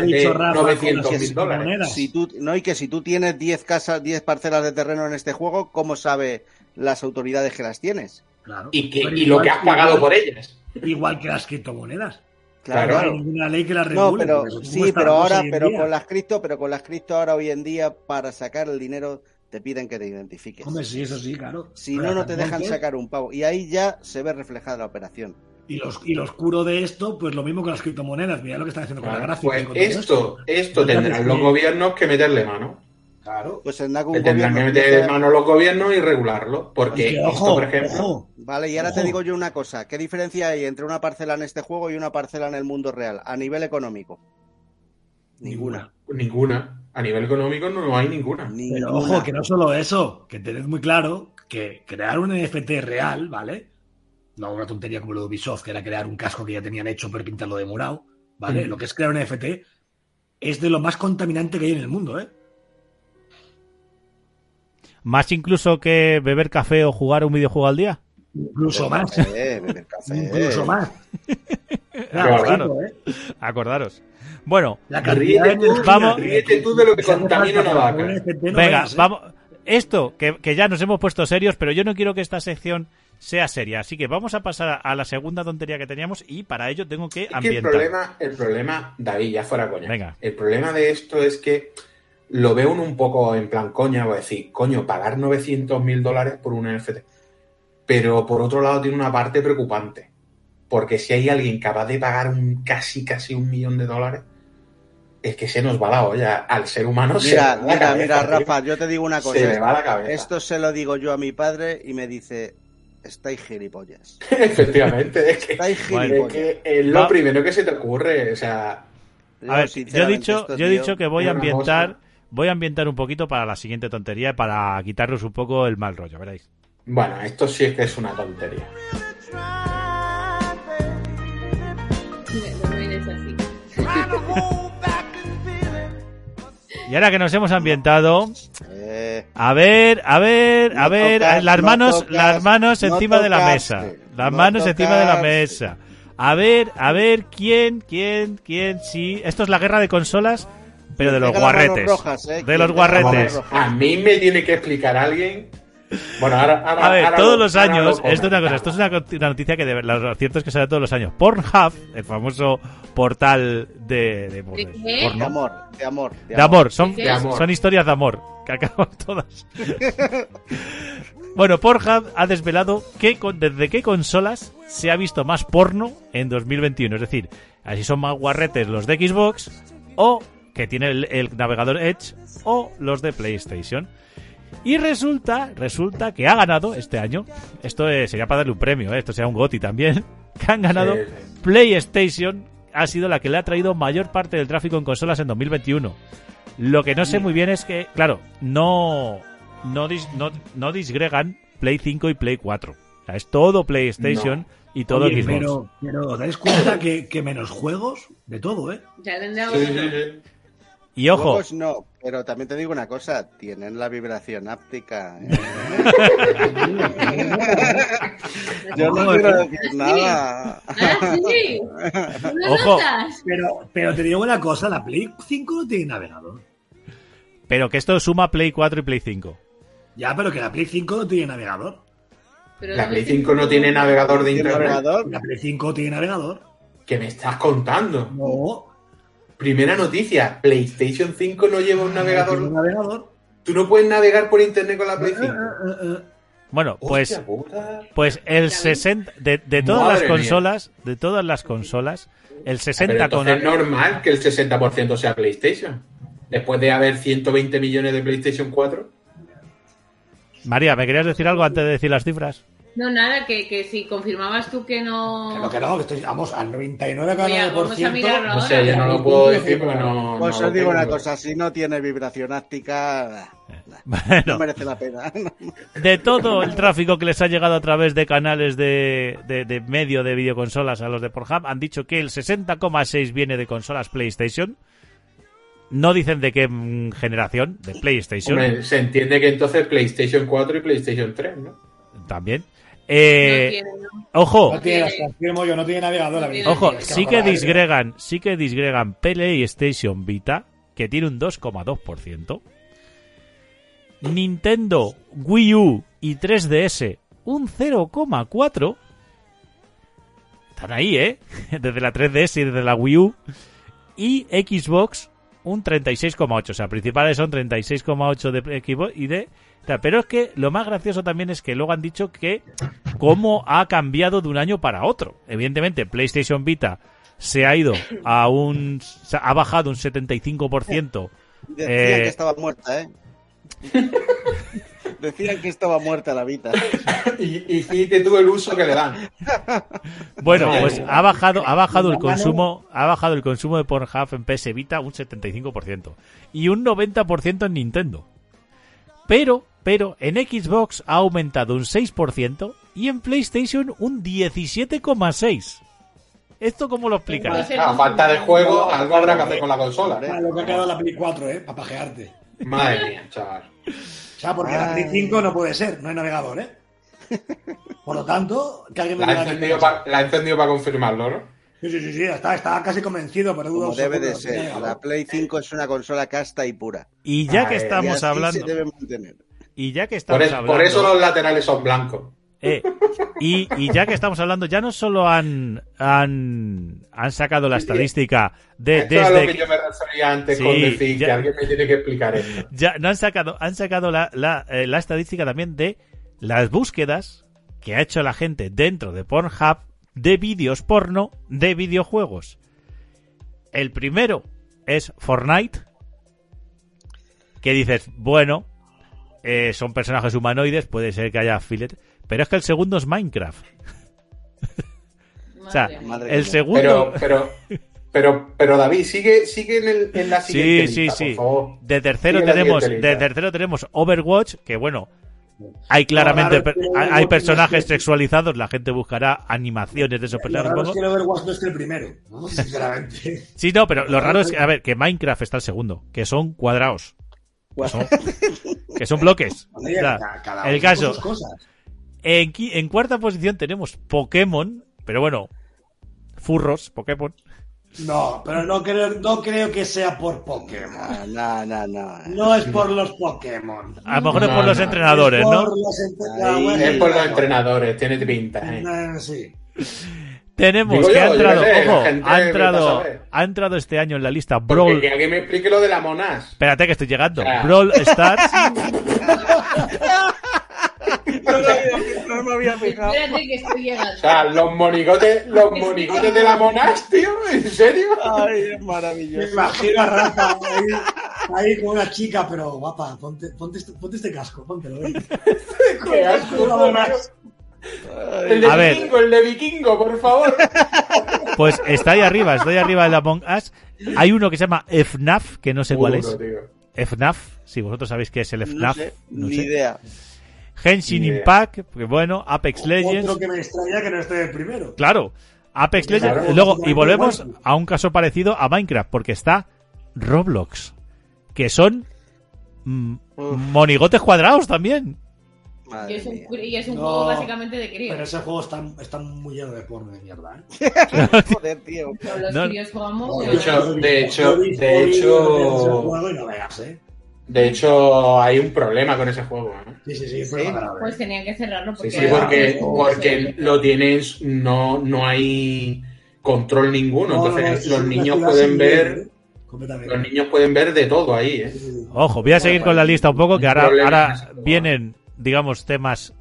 $900.000? Y que si tú tienes 10 parcelas de terreno en este juego, ¿cómo sabe las autoridades que las tienes? Claro. Y lo que has pagado por ellas. Igual que las criptomonedas. Claro. No hay ninguna ley que las regule. Pero con las cripto ahora hoy en día, para sacar el dinero te piden que te identifiques. Hombre, sí, eso sí, claro. Si Pero no te dejan entonces, sacar un pavo. Y ahí ya se ve reflejada la operación. Y lo oscuro de esto, pues lo mismo con las criptomonedas. Mira lo que están haciendo con la gráfica. Pues y con todo esto tendrán los gobiernos que meterle mano. Claro. Pues tendrá que Que un tendrán que gobierno meter mano los gobiernos y regularlo. Porque Que, esto, ojo, por ejemplo... ojo. Vale, y ahora Ojo. te digo yo una cosa. ¿Qué diferencia hay entre una parcela en este juego y una parcela en el mundo real? A nivel económico. Ninguna. Ninguna. A nivel económico no hay ninguna. Pero Ninguna. ojo, que no solo eso, que tened muy claro que crear un NFT real, ¿vale? No una tontería como lo de Ubisoft, que era crear un casco que ya tenían hecho pero pintarlo de morado, ¿vale? Lo que es crear un NFT es de lo más contaminante que hay en el mundo, ¿eh? Más incluso que beber café o jugar un videojuego al día. Incluso Beber más. café, beber café. Incluso más. Claro, Ojito, ¿eh? Acordaros. Bueno, La cantidad de energía vamos- ríete tú de lo que se hace contamina falta una para vaca. un NFT, no venga, veas, ¿eh? vamos. Esto, que ya nos hemos puesto serios, pero yo no quiero que esta sección sea seria. Así que vamos a pasar a la segunda tontería que teníamos y para ello tengo que Es que ambientar. el problema, David, ya fuera coña. Venga. El problema de esto es que lo veo un poco en plan coña, voy a decir, coño, pagar $900,000 por un NFT. Pero por otro lado tiene una parte preocupante. Porque si hay alguien capaz de pagar casi $1 millón, es que se nos va la olla. Al ser humano se le Mira, va la cabeza, mira, tío. Rafa, yo te digo una cosa. Se le va la cabeza. Esto se lo digo yo a mi padre y me dice, estáis gilipollas. Efectivamente, es que, Estáis Bueno, gilipollas. es lo Va- primero que se te ocurre. O sea, A ver, yo he sinceramente, dicho, esto es yo he mío. dicho que voy a es una ambientar, mosca. voy a ambientar un poquito para la siguiente tontería, para quitarnos un poco el mal rollo, veréis. bueno, esto sí es que es una tontería. No me mires así. Y ahora que nos hemos ambientado, Eh, a ver, No tocas, las no manos, tocas, las manos no encima de la tocaste, mesa, las no manos encima de la tocaste. mesa. A ver, quién, sí. Esto es la guerra de consolas, pero de los Pega las manos guarretes. rojas, De ¿quién los pega las manos guarretes. rojas? A mí me tiene que explicar alguien. Bueno, A ver, ahora todos lo- los ahora años, lo esto es una cosa, comentamos. esto es una noticia que lo cierto es que sale todos los años. Pornhub, el famoso portal de ¿De qué? De porno. amor, de amor. De amor, son, ¿De amor. son historias de amor, que acaban todas. Bueno, Pornhub ha desvelado desde qué consolas se ha visto más porno en 2021. Es decir, así son más guarretes los de Xbox, o que tiene el navegador Edge, o los de PlayStation. Y resulta que ha ganado este año, esto sería para darle un premio, esto sea un GOTY también, que han ganado Sí, sí. PlayStation, ha sido la que le ha traído mayor parte del tráfico en consolas en 2021. Lo que no sé muy bien es que, claro, no disgregan Play 5 y Play 4. O sea, es todo PlayStation y todo Oye, Xbox. pero ¿os dais cuenta que menos juegos? De todo, ¿eh? Ya tendrá Sí, uno. sí, sí. Y ojo, Juegos no, pero también te digo una cosa, tienen la vibración áptica. ¿eh? Yo no quiero decir nada. Ah, sí. ¿No Ojo. notas? Pero te digo una cosa, la Play 5 no tiene navegador. pero que esto suma Play 4 y Play 5. Ya, pero que la Play 5 no tiene navegador. Pero La Play 5 no tiene navegador de ¿Tiene internet. navegador? La Play 5 tiene navegador. ¿Qué me estás contando? No. Primera noticia, PlayStation 5 no lleva un Tiene navegador. navegador. Tú no puedes navegar por internet con la Play 5. Bueno, pues Hostia puta. Pues el 60 de todas Madre las mía. consolas, el Pero 60 con entonces es normal que el 60% sea PlayStation. Después de haber 120 millones de PlayStation 4. María, ¿me querías decir algo antes de decir las cifras? No, nada, que si confirmabas tú que no... Que no, que estoy, vamos, al 99,9%. Oye, vamos a mirarlo No sé, yo no lo puedo decir porque no. Pues no os lo digo tengo. una cosa, si no tiene vibración áptica, no Bueno, merece la pena. de todo el tráfico que les ha llegado a través de canales de medio de videoconsolas a los de Pornhub, han dicho que el 60,6 viene de consolas PlayStation. No dicen de qué generación, de PlayStation. Hombre, se entiende que entonces PlayStation 4 y PlayStation 3, ¿no? También. No tiene, ¿no? Ojo, No tiene, las confirmo yo, no tiene navegador. la Play ojo, 5. Es sí no que jodas, disgregan PlayStation Vita, que tiene un 2,2%. Nintendo, Wii U y 3DS, un 0,4%. Están ahí, ¿eh? Desde la 3DS y desde la Wii U. Y Xbox, un 36,8. O sea, principales son 36,8 de equipo y de... Pero es que lo más gracioso también es que luego han dicho que cómo ha cambiado de un año para otro. Evidentemente, PlayStation Vita se ha ido ha bajado un 75%. Decían que estaba muerta, ¿eh? Decían que estaba muerta la Vita. y fíjate tú el uso que le dan. Bueno, pues ha bajado el consumo de Pornhub en PS Vita un 75% y un 90% en Nintendo. Pero en Xbox ha aumentado un 6% y en PlayStation un 17,6%. ¿Esto cómo lo explicas? A falta de juego, algo habrá que hacer con la consola. Lo que ha quedado la Play 4, para pajearte. Madre mía, chaval. O sea, porque la Play 5 no puede ser, no hay navegador, ¿eh? Por lo tanto, que alguien me La diga ha encendido para confirmarlo, ¿no? Sí, está casi convencido, pero dudo. Como debe de ser. La Play 5 es una consola casta y pura. Y ya que estamos y así hablando... se debe mantener. Y ya que estamos hablando... Por eso los laterales son blancos. Y ya que estamos hablando, ya no solo han sacado la estadística de Esto es a lo que yo me refería antes Sí, con decir ya- que alguien me tiene que explicar esto. ya no han sacado la estadística también de las búsquedas que ha hecho la gente dentro de Pornhub de vídeos porno de videojuegos. El primero es Fortnite, que dices, bueno, son personajes humanoides, puede ser que haya filete, pero es que el segundo es Minecraft. O sea, Madre mía. el segundo... Pero David, sigue en la siguiente Sí, lista, sí. por favor. De tercero Sigue la siguiente lista. tenemos Overwatch, que bueno, hay claramente hay personajes sexualizados, la gente buscará animaciones de esos Lo personajes. raro es supongo. que el Overwatch no es el primero, ¿no? Sinceramente. Sí, no, pero lo raro es que, a ver, que Minecraft está el segundo, que son cuadrados, que son bloques. O sea, Cada el uno caso, con sus cosas. en cuarta posición tenemos Pokémon, pero bueno, furros, Pokémon. No, pero no creo que sea por Pokémon. No. No es por los Pokémon. A lo mejor es No, por los no. entrenadores, Es por ¿no? los Ahí. entrenadores. Es por los entrenadores, tiene pinta. Sí. Tenemos Digo que yo, ha yo entrado, qué sé, ojo, la gente ha vete a entrado, saber. ha entrado este año en la lista Porque Brawl. que alguien me explique lo de la Monas. Espérate que estoy llegando. Ah. Brawl Stars. No me había fijado. Espérate que estoy O llegando. sea, los monigotes de la Monas, tío, ¿en serio? Ay, es Me maravilloso. imagino a Rafa ahí con una chica, pero guapa, ponte este casco, póntelo. Qué asco, La Monas. El A ver. de vikingo, por favor. Pues está ahí arriba de la Among Us. Hay uno que se llama FNAF, que no sé cuál es. Tío. FNAF, si vosotros sabéis qué es el No FNAF. sé, no ni sé. idea. Genshin Ni idea. Impact, que bueno, Apex Legends. Otro que me extraña que no esté el primero. Claro, Apex Legends. Claro. Y luego, y volvemos a un caso parecido a Minecraft, porque está Roblox, que son monigotes cuadrados también. Y Madre es un, mía. y es un No, juego básicamente de críos. Pero ese juego está muy lleno de porno de mierda, ¿eh? Joder, tío. Pero los no. críos jugamos. De hecho, Y no veas, ¿eh? De hecho, hay un problema con ese juego. ¿Eh? Sí, fue grave. Pues tenían que cerrarlo porque, Sí, porque lo tienes, no hay control ninguno. No, Entonces sí, los sí, niños la pueden ciudad ver, sin miedo, completamente. los niños pueden ver de todo ahí, ¿eh? Ojo, voy a seguir con la lista un poco, que Un problema en ahora ese juego. vienen, digamos, temas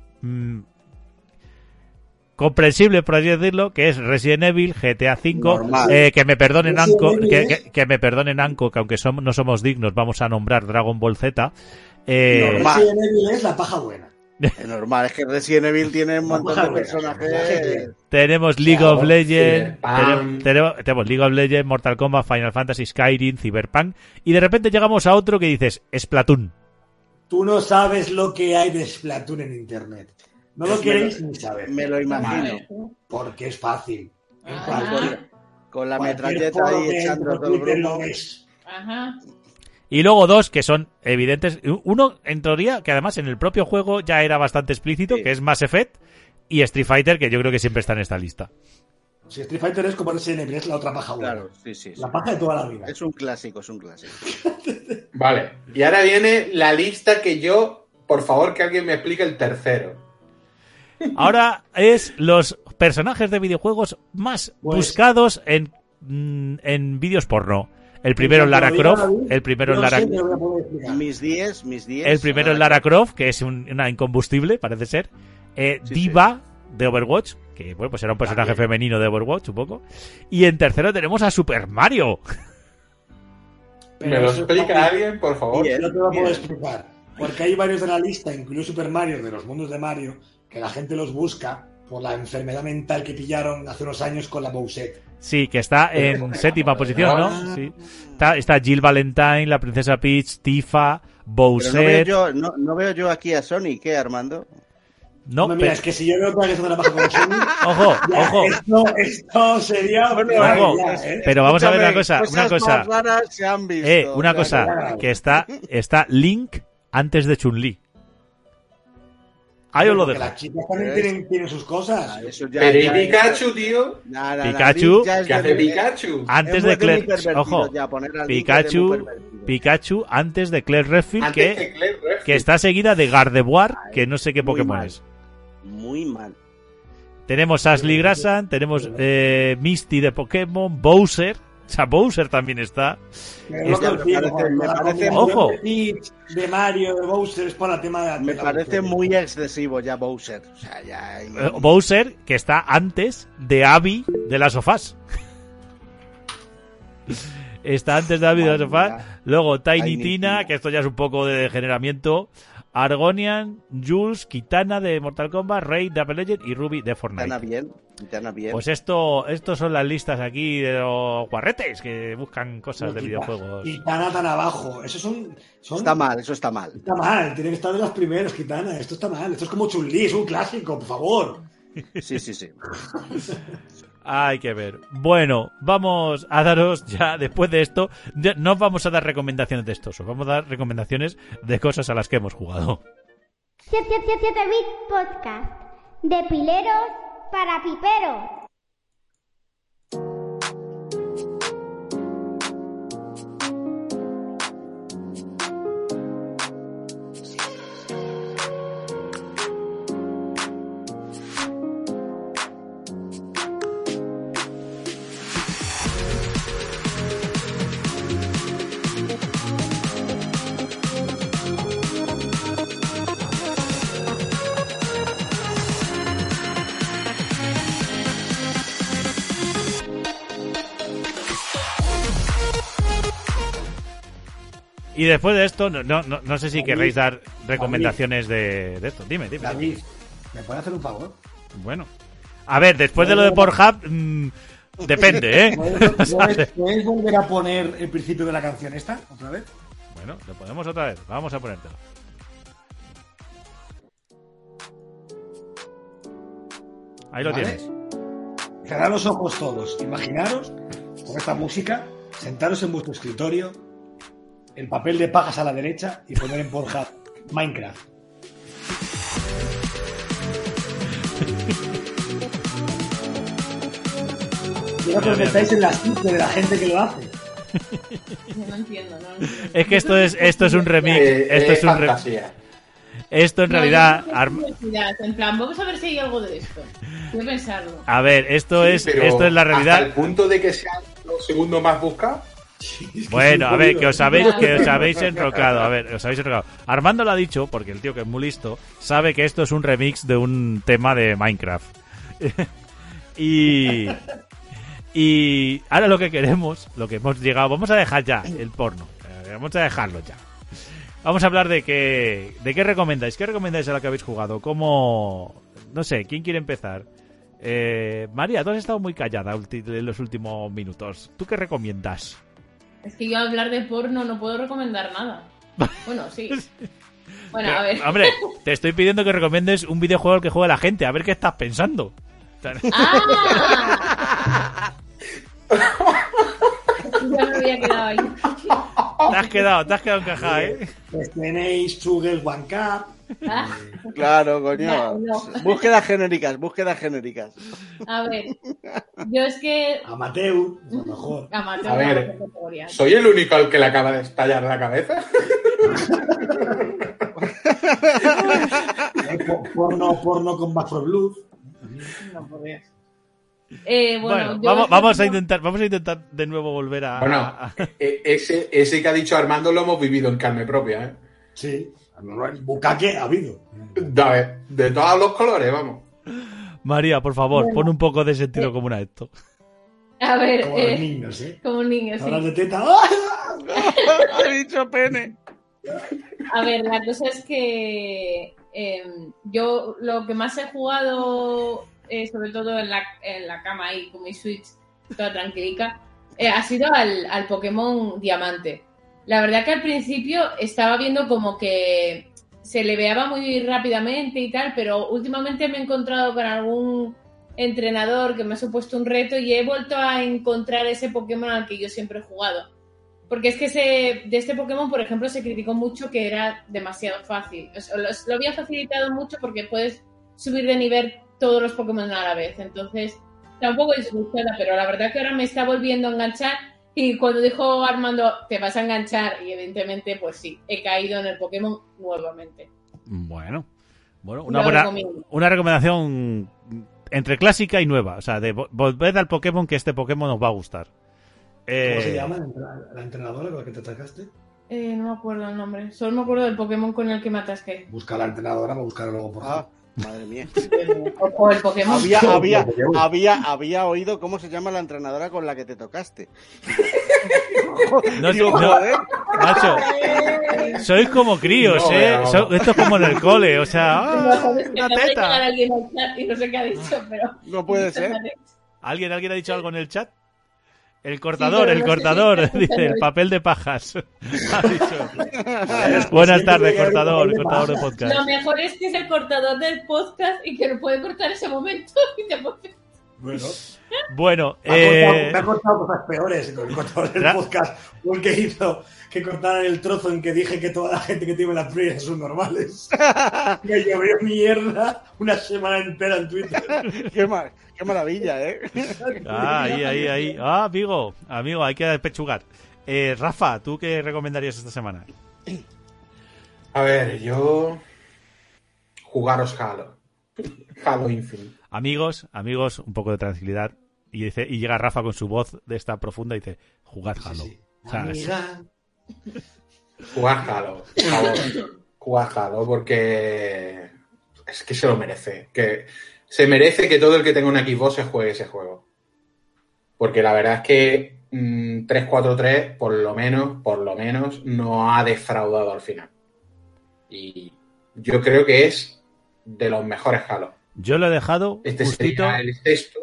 comprensibles, por así decirlo, que es Resident Evil, GTA V, Normal. que me perdonen Resident Anco, Evil, que me perdonen Anco, que aunque no somos dignos, vamos a nombrar Dragon Ball Z. Normal. Resident Evil es la paja buena. Es normal, es que Resident Evil tiene un montón de Ojalá, personajes. Tenemos League of Legends, Cyberpunk. tenemos League of Legends, Mortal Kombat, Final Fantasy, Skyrim, Cyberpunk, y de repente llegamos a otro que dices, Splatoon. Tú no sabes lo que hay de Splatoon en internet. No lo queréis ni saber. Me lo imagino. Porque es fácil. Ajá. Con la Cualquier metralleta foro ahí que hay echando por todo el Twitter lo grupo. ves. Ajá. Y luego dos que son evidentes. Uno, en teoría, que además en el propio juego ya era bastante explícito, Sí. que es Mass Effect, y Street Fighter, que yo creo que siempre está en esta lista. Si Street Fighter es como Resident Evil, es la otra paja buena. Claro, sí. La paja de toda la vida. Es un clásico. Vale. Y ahora viene la lista que yo, por favor, que alguien me explique el tercero. Ahora es los personajes de videojuegos más Pues- buscados en vídeos porno. El primero es Lara Cuando diga Croft. David, El primero es no Lara sé, pero voy a poder explicar. Mis 10. El primero es Lara Croft, que es una incombustible, parece ser. Sí, Diva, de Overwatch, que bueno, pues era un personaje femenino de Overwatch, un poco. Y en tercero tenemos a Super Mario. ¿Me lo explica alguien, por favor? Bien. No te lo puedo explicar. Porque hay varios de la lista, incluido Super Mario, de los mundos de Mario, que la gente los busca por la enfermedad mental que pillaron hace unos años con la Bowsette. Sí, que está en séptima posición, ¿no? Sí. Está Jill Valentine, la princesa Peach, Tifa, Pero Bowser. no veo yo aquí a Sonic, ¿qué, Armando? No, Hombre, mira, es que si yo veo que es una baja con Sony, ojo, ya, ojo. Esto sería... Ojo, pero vamos a ver una cosa, Escúchame, una cosa. cosas más raras se han visto. Una O sea, cosa, claro. que está Link antes de Chun-Li. Ahí os lo porque dejo. las chicas también tienen sus cosas. eso ya, Pero ¿y ya- Pikachu, tío? Pikachu, Link ya es ¿Qué hace de- Pikachu? Antes es de muy Claire, pervertido ojo, ya, poner al Link es de muy pervertido. Pikachu antes de Claire Redfield, Antes que que Claire Redfield. está seguida de Gardevoir, que no sé qué Muy Pokémon mal. es. Muy mal. Tenemos Ashley Grayson, tenemos Misty de Pokémon, Bowser. O sea, Bowser también está. Pero lo que Esto- os digo, me la parece- combinación ojo. de Peach, de Mario, de Bowser, es para el tema de... Me parece muy excesivo ya Bowser. O sea, ya... Bowser, que está antes de Abby de las sofás. Está antes de Abby de las sofás. Luego Tiny Tiny Tina, Tina. que esto ya es un poco de degeneramiento. Argonian, Jules, Kitana de Mortal Kombat, Rey de Apple Legends y Ruby de Fortnite. Kitana bien. Pues estos son las listas aquí de los guarretes que buscan cosas de videojuegos. Kitana tan abajo. Esos son... Está mal, eso está mal. Está mal, tiene que estar de los primeros, Kitana. Esto está mal. Esto es como Chun-Li, es un clásico, por favor. Sí, sí, sí. Hay que ver. Bueno, vamos a daros ya, después de esto, no vamos a dar recomendaciones de estos, os vamos a dar recomendaciones de cosas a las que hemos jugado. 7-Bit Podcast. De pileros para piperos. Y después de esto, no sé si querréis dar recomendaciones de esto. Dime. David, ¿me puede hacer un favor? Bueno. A ver, después de lo de Pornhub, depende, ¿eh? ¿Puedes volver a poner el principio de la canción esta, otra vez? Bueno, lo ponemos otra vez. Vamos a ponértelo. Ahí lo ¿Vale? tienes. Cerrad los ojos todos. Imaginaros, con esta música, sentaros en vuestro escritorio, el papel de pajas a la derecha y poner en Pornhub Minecraft. Quiero que os metáis en la psique de la gente que lo hace. No entiendo, no entiendo. Es que esto es un remix. Esto es un remix. fantasía. Esto en No, realidad... yo tengo curiosidad, en plan, vamos a ver si hay algo de esto. Quiero pensarlo. A ver, esto Sí, es pero la hasta realidad. el punto de que sea los segundos más buscados. Bueno, a ver, que os habéis enrocado. A ver, os habéis enrocado. Armando lo ha dicho, porque el tío que es muy listo, sabe que esto es un remix de un tema de Minecraft. y ahora lo que queremos, lo que hemos llegado, vamos a dejar ya el porno. Vamos a dejarlo ya. Vamos a hablar de qué recomendáis. ¿Qué recomendáis a la que habéis jugado? ¿Cómo? No sé, ¿quién quiere empezar? María, tú has estado muy callada en los últimos minutos. ¿Tú qué recomiendas? Es que yo al hablar de porno no puedo recomendar nada. Bueno, sí. Bueno, a ver. Hombre, te estoy pidiendo que recomiendes un videojuego al que juegue la gente, a ver qué estás pensando. ¡Ah! Ya me había quedado ahí. Te has quedado encajada, ¿eh? Pues tenéis Two Girls One Cup. Ah, Claro, coño. No. Búsquedas genéricas. a ver, yo es que... Amateur, a lo mejor. Amateur, A ver. de categoría. ¿Soy el único al que le acaba de estallar la cabeza? Porno con Back 4 Blood. No podías. Bueno, vamos a intentar de nuevo volver a... Bueno, ese que ha dicho Armando lo hemos vivido en carne propia, ¿eh? Sí, bucaque ha habido. De todos los colores, vamos. María, por favor, pon un poco de sentido común a esto. A ver, como los niños, ¿eh? Como niños, Hablas sí. de teta. Ha dicho pene. A ver, la cosa es que yo lo que más he jugado, sobre todo en la cama ahí con mi Switch, toda tranquilica, ha sido al Pokémon Diamante. La verdad que al principio estaba viendo como que se leveaba muy rápidamente y tal, pero últimamente me he encontrado con algún entrenador que me ha supuesto un reto y he vuelto a encontrar ese Pokémon al que yo siempre he jugado. Porque es que de este Pokémon, por ejemplo, se criticó mucho que era demasiado fácil. Lo había facilitado mucho porque puedes subir de nivel todos los Pokémon a la vez. Entonces, tampoco disgustada, pero la verdad que ahora me está volviendo a enganchar. Y cuando dijo Armando, te vas a enganchar, y evidentemente, pues sí, he caído en el Pokémon nuevamente. Bueno, una recomendación entre clásica y nueva. O sea, de volver al Pokémon, que este Pokémon nos va a gustar. ¿Cómo se llama la entrenadora con la que te atacaste? No me acuerdo el nombre. Solo me acuerdo del Pokémon con el que me atasqué. Busca a la entrenadora para buscarlo luego por ahí. Madre mía. O el Pokémon. Había oído cómo se llama la entrenadora con la que te tocaste. Macho, sois como críos, ¿eh? Esto es como en el cole, o sea, una teta. Y no sé qué ha dicho, pero... No puede ser. ¿Alguien ha dicho algo en el chat? El cortador, dice, el papel de pajas. Ha dicho. Buenas tardes, cortador de podcast. Lo mejor es que es el cortador del podcast y que no puede cortar ese momento. Bueno, me ha cortado cosas peores con el cortador del podcast. O el que hizo que cortaran el trozo en que dije que toda la gente que tiene las prioridades son normales. Me llovió mierda una semana entera en Twitter. Qué maravilla, ¿eh? Ahí. Amigo, hay que pechugar. Rafa, ¿tú qué recomendarías esta semana? A ver, yo... Jugaros Halo Infinite. Amigos, un poco de tranquilidad. Y llega Rafa con su voz de esta profunda y dice, jugad Halo. Sí. O sea, Amiga. Jugad Halo, por favor. Jugad Halo porque es que se lo merece. Que se merece que todo el que tenga una Xbox se juegue ese juego. Porque la verdad es que 343 por lo menos no ha defraudado al final. Y yo creo que es de los mejores Halo. Yo lo he dejado este justito. Sería el sexto.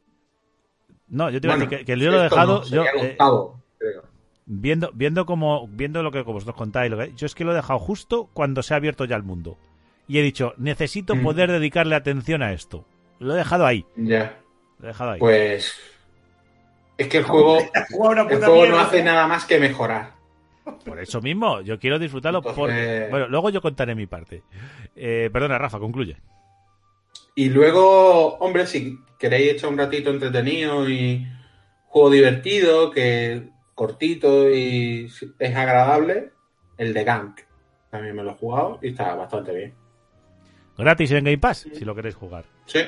No, yo te iba a decir que yo lo he dejado. El octavo, creo. Viendo lo que vosotros contáis, yo es que lo he dejado justo cuando se ha abierto ya el mundo. Y he dicho, necesito poder dedicarle atención a esto. Lo he dejado ahí. Ya. Lo he dejado ahí. Pues es que el juego no hace nada más que mejorar. Por eso mismo, yo quiero disfrutarlo. Entonces... Bueno, luego yo contaré mi parte. Perdona, Rafa, concluye. Y luego, hombre, si queréis echar un ratito entretenido y juego divertido, que cortito y es agradable, el de Gank. También me lo he jugado y está bastante bien. Gratis en Game Pass, si lo queréis jugar. Sí.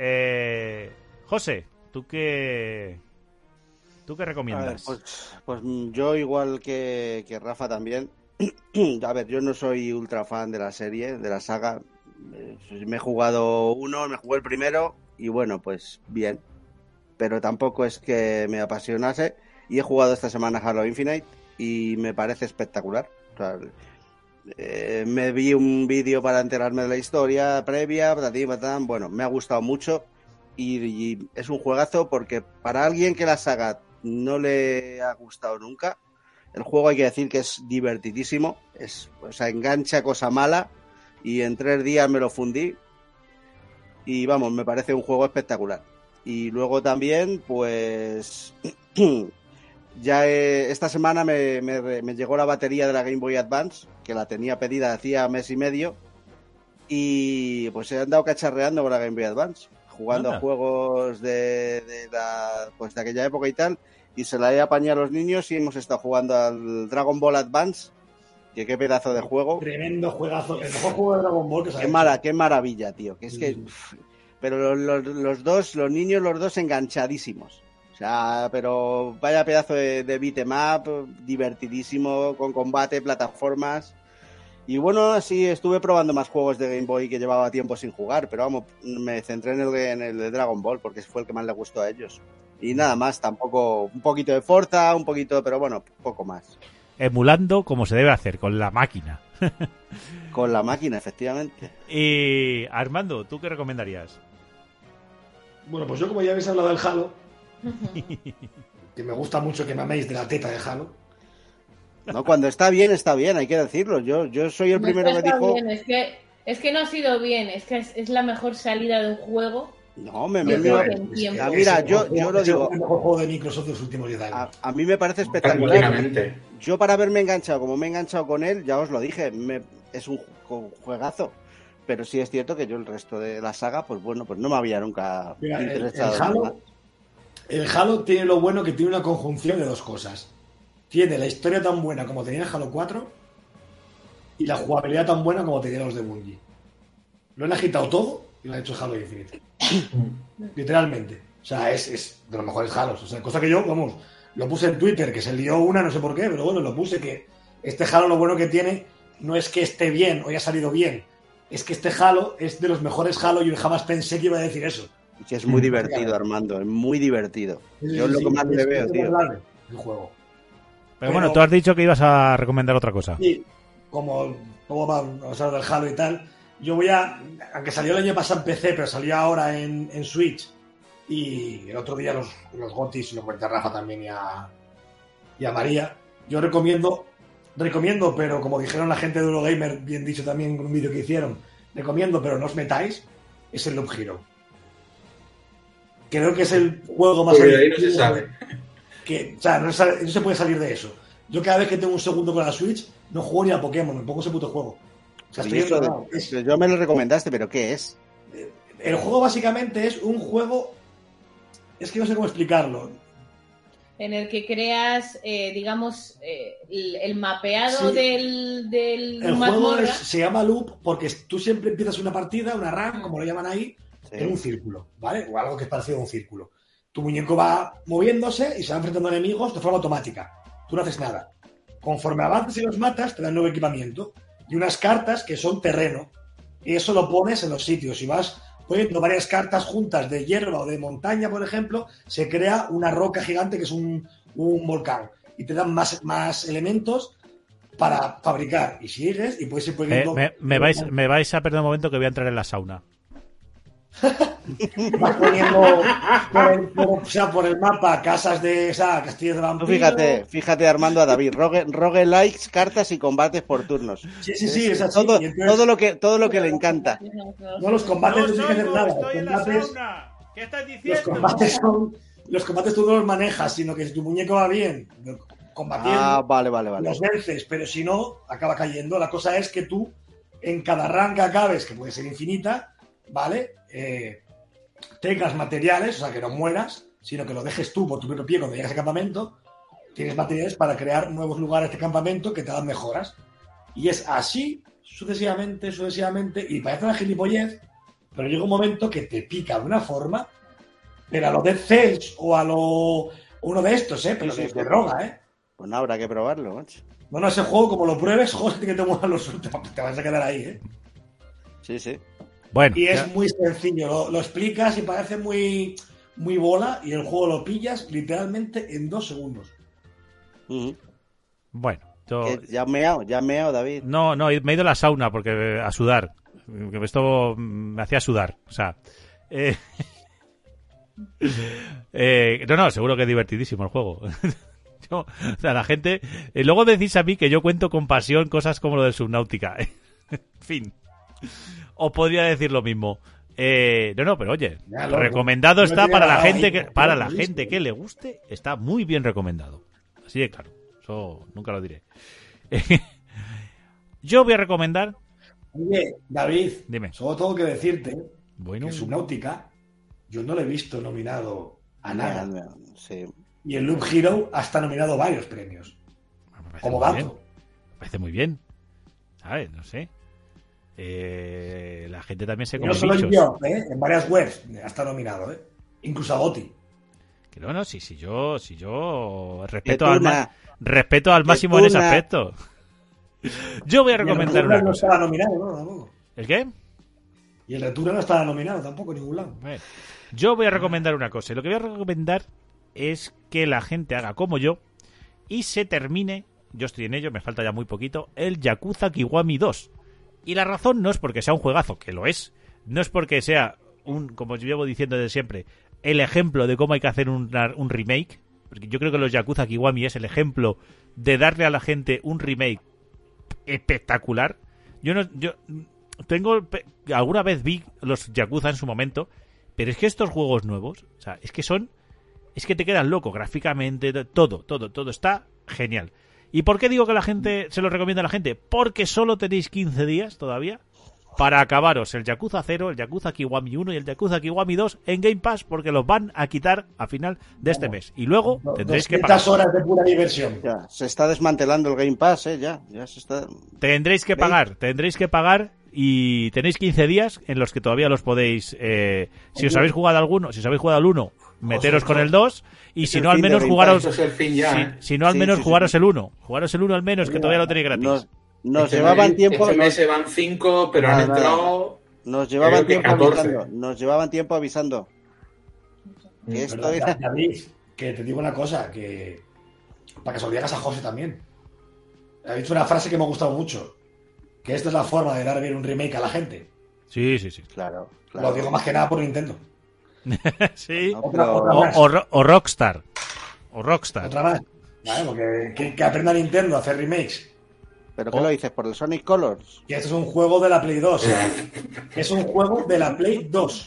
José, ¿tú qué recomiendas? A ver, pues yo igual que Rafa también. A ver, yo no soy ultra fan de la serie, de la saga. Me he jugado me jugué el primero y bueno, pues bien. Pero tampoco es que me apasionase. Y he jugado esta semana Halo Infinite y me parece espectacular. O sea, me vi un vídeo para enterarme de la historia previa, bueno, me ha gustado mucho y es un juegazo porque para alguien que la saga no le ha gustado nunca, el juego hay que decir que es divertidísimo, o sea, engancha cosa mala y en 3 días me lo fundí y vamos, me parece un juego espectacular. Y luego también, pues ya esta semana me llegó la batería de la Game Boy Advance, que la tenía pedida hacía mes y medio, y pues he andado cacharreando con la Game Boy Advance, jugando a juegos de aquella época y tal, y se la he apañado a los niños y hemos estado jugando al Dragon Ball Advance, que qué pedazo de juego. Tremendo juegazo, el mejor juego de Dragon Ball que se ha hecho. Qué maravilla, tío, que es que... pero los niños, los dos enganchadísimos. O sea, pero vaya pedazo de beat 'em up, divertidísimo, con combate, plataformas. Y bueno, así estuve probando más juegos de Game Boy que llevaba tiempo sin jugar, pero vamos, me centré en el de Dragon Ball, porque fue el que más les gustó a ellos. Y nada más, tampoco, un poquito de Forza, un poquito, pero bueno, poco más. Emulando como se debe hacer, con la máquina. Con la máquina, efectivamente. Y Armando, ¿tú qué recomendarías? Bueno, pues yo como ya habéis hablado del Halo, que me gusta mucho que me améis de la teta de Halo. No, cuando está bien, hay que decirlo. Yo soy el primero que dijo... Bien, es que no ha sido bien, es que es la mejor salida de un juego. No, Mira, yo lo digo. Es el mejor juego de Microsoft de los últimos 10 años. A mí me parece espectacular. Yo para haberme enganchado, como me he enganchado con él, ya os lo dije, es un juegazo. Pero sí es cierto que yo el resto de la saga, pues bueno, pues no me había nunca interesado. El Halo tiene lo bueno que tiene una conjunción de dos cosas. Tiene la historia tan buena como tenía el Halo 4 y la jugabilidad tan buena como tenían los de Bungie. Lo han agitado todo y lo han hecho Halo Infinite. Literalmente. O sea, es de los mejores Halos. O sea, cosa que yo, vamos, lo puse en Twitter, que se lió una, no sé por qué, pero bueno, lo puse, que este Halo lo bueno que tiene no es que esté bien o haya salido bien, es que este Halo es de los mejores Halo y yo jamás pensé que iba a decir eso. Y que es muy divertido, Armando, es muy divertido. Yo es lo que más le veo, tío. El juego. Pero bueno, tú has dicho que ibas a recomendar otra cosa. Sí, como vamos a hablar del Halo y tal, yo voy a, aunque salió el año pasado en PC, pero salió ahora en Switch, y el otro día los GOTYs, lo comenté a Rafa también y a María, yo recomiendo, pero como dijeron la gente de Eurogamer, bien dicho también en un vídeo que hicieron, recomiendo, pero no os metáis, es el Loop Hero. Creo que es el juego más... Porque ahí no se sabe. O sea, no se puede salir de eso. Yo cada vez que tengo un segundo con la Switch, no juego ni a Pokémon, me pongo ese puto juego. O sea, yo me lo recomendaste, pero ¿qué es? El juego básicamente es un juego... Es que no sé cómo explicarlo. En el que creas, digamos, el mapeado Sí. del El mazmorra. juego se llama Loop porque tú siempre empiezas una partida, una run, como lo llaman ahí, en un círculo, ¿vale? O algo que es parecido a un círculo. Tu muñeco va moviéndose y se va enfrentando a enemigos de forma automática. Tú no haces nada. Conforme avanzas y los matas, te dan nuevo equipamiento y unas cartas que son terreno. Y eso lo pones en los sitios. Si vas poniendo varias cartas juntas de hierba o de montaña, por ejemplo, se crea una roca gigante que es un volcán. Y te dan más elementos para fabricar. Y sigues y puedes ir poniendo... Me vais a perder un momento que voy a entrar en la sauna. Vas poniendo por el mapa casas de castillos de vampiros. Fíjate Armando, a David, roguelikes, cartas y combates por turnos. Sí, es así. Todo lo que le encanta. No, los combates no tienes que hacer nada. Estoy en la sauna. ¿Qué estás diciendo? Los combates tú no los manejas, sino que si tu muñeco va bien combatiendo, vale. los vences, pero si no, acaba cayendo. La cosa es que tú, en cada run que acabes, que puede ser infinita, ¿vale? Tengas materiales, o sea, que no mueras, sino que lo dejes tú por tu propio pie cuando llegas al campamento, tienes materiales para crear nuevos lugares de campamento que te dan mejoras. Y es así, sucesivamente, y parece una gilipollez, pero llega un momento que te pica de una forma, pero a lo Dead Cells o a lo uno de estos, pero sí, te droga, Pues no, habrá que probarlo, macho. Bueno, ese juego, como lo pruebes, joder, que te muevan los te vas a quedar ahí, Sí. Bueno, y es muy sencillo, lo explicas y parece muy, muy bola, y el juego lo pillas literalmente en 2 segundos. Bueno, yo... ¿Ya me he meado, David? No, me he ido a la sauna porque a sudar. Que esto me hacía sudar. O sea... no, seguro que es divertidísimo el juego. O sea, la gente... luego decís a mí que yo cuento con pasión cosas como lo de Subnautica. En fin. Os podría decir lo mismo. No, pero oye, recomendado está para la gente que le guste, está muy bien recomendado. Así de claro, eso nunca lo diré. Yo voy a recomendar. Oye, David, dime. Solo tengo que decirte que Subnautica yo no lo he visto nominado a nada. Sí. Y el Loop Hero ha estado nominado varios premios. Como dato. Me parece muy bien. ¿Sabes? No sé. la gente también se Y come no solo bichos. yo, en varias webs está nominado, incluso a GOTY. Que no, si yo respeto al máximo en ese aspecto. Yo voy a recomendar una no cosa. estaba nominado, ¿no? Tampoco. ¿El qué? Y el Retura no estaba nominado tampoco en ningún lado. Bueno, yo voy a recomendar una cosa. Y lo que voy a recomendar es que la gente haga como yo y se termine, yo estoy en ello, me falta ya muy poquito, el Yakuza Kiwami 2. Y la razón no es porque sea un juegazo, que lo es. No es porque sea como yo llevo diciendo desde siempre, el ejemplo de cómo hay que hacer un remake. Porque yo creo que los Yakuza Kiwami es el ejemplo de darle a la gente un remake espectacular. Yo alguna vez vi los Yakuza en su momento, pero es que estos juegos nuevos, o sea, es que te quedas loco gráficamente, todo está genial. ¿Y por qué digo que la gente se lo recomienda a la gente? Porque solo tenéis 15 días todavía para acabaros el Yakuza 0, el Yakuza Kiwami 1 y el Yakuza Kiwami 2 en Game Pass, porque los van a quitar a final de este mes. Y luego tendréis que pagar. Horas de pura diversión. Ya, se está desmantelando el Game Pass, ya se está... Tendréis que pagar y tenéis 15 días en los que todavía los podéis... si os habéis jugado alguno, si os habéis jugado al 1, meteros con el 2, y si no, al menos jugaros... Si no, al menos jugaros el 1. Jugaros el 1 al menos, que todavía lo tenéis gratis. Nos llevaban tiempo... Este mes se van 5, pero han entrado... Nos llevaban tiempo avisando. Que esto era... David, que te digo una cosa, que para que se lo digas a José también. Ha dicho una frase que me ha gustado mucho, que esta es la forma de dar bien un remake a la gente. Sí. Claro. Lo digo más que nada por Nintendo. Sí. Otra o Rockstar. Otra más. Vale, porque que aprenda Nintendo a hacer remakes. ¿Pero qué lo dices? ¿Por el Sonic Colors? Que esto es un juego de la Play 2. Es un juego de la Play 2.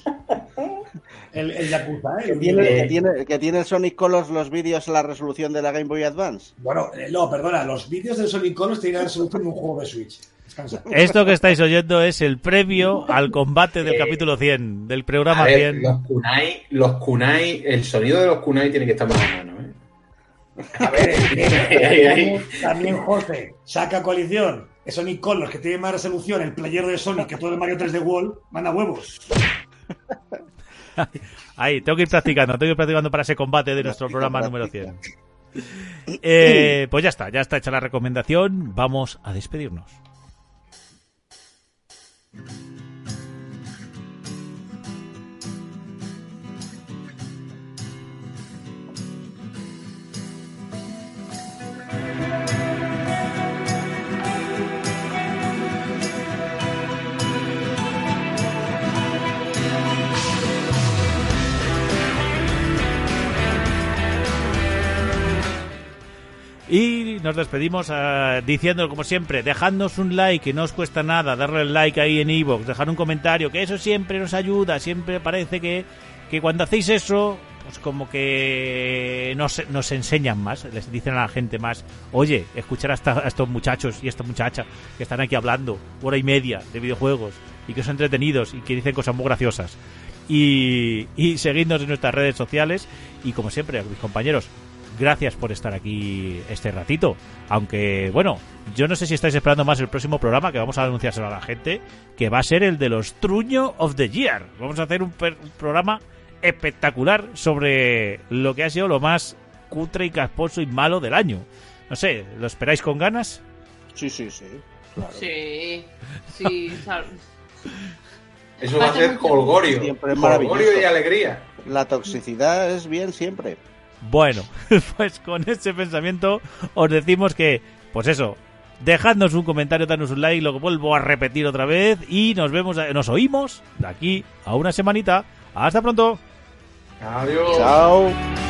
El Yakuza, ¿Que tiene el Sonic Colors los vídeos en la resolución de la Game Boy Advance? Bueno, no, perdona. Los vídeos del Sonic Colors tienen la resolución de un juego de Switch. Descansa. Esto que estáis oyendo es el previo al combate del capítulo 100, del programa 100. Los kunai, el sonido de los kunai tiene que estar más o menos, ¿eh? A ver, también José, saca coalición. Es Sonic Colors, que tiene más resolución, el playero de Sonic que todo el Mario 3D World, manda huevos. Ahí, tengo que ir practicando para ese combate de nuestro programa número 100. Pues ya está hecha la recomendación. Vamos a despedirnos. Y nos despedimos diciendo, como siempre, dejadnos un like, que no os cuesta nada, darle el like ahí en iVoox, dejar un comentario, que eso siempre nos ayuda, siempre parece que cuando hacéis eso, pues como que nos enseñan más, les dicen a la gente más, oye, escuchar a estos muchachos y esta muchacha que están aquí hablando 1h30 de videojuegos y que son entretenidos y que dicen cosas muy graciosas. Y seguidnos en nuestras redes sociales y, como siempre, a mis compañeros, gracias por estar aquí este ratito. Aunque, bueno, yo no sé si estáis esperando más el próximo programa, que vamos a anunciárselo a la gente, que va a ser el de los Truño of the Year. Vamos a hacer un programa espectacular sobre lo que ha sido lo más cutre y casposo y malo del año. No sé, ¿lo esperáis con ganas? Sí, claro. Sí. Eso va a ser holgorio. Siempre es holgorio y alegría. La toxicidad es bien siempre. Bueno, pues con ese pensamiento os decimos que, pues eso, dejadnos un comentario, dadnos un like, lo vuelvo a repetir otra vez y nos oímos de aquí a una semanita. Hasta pronto. Adiós. Chao.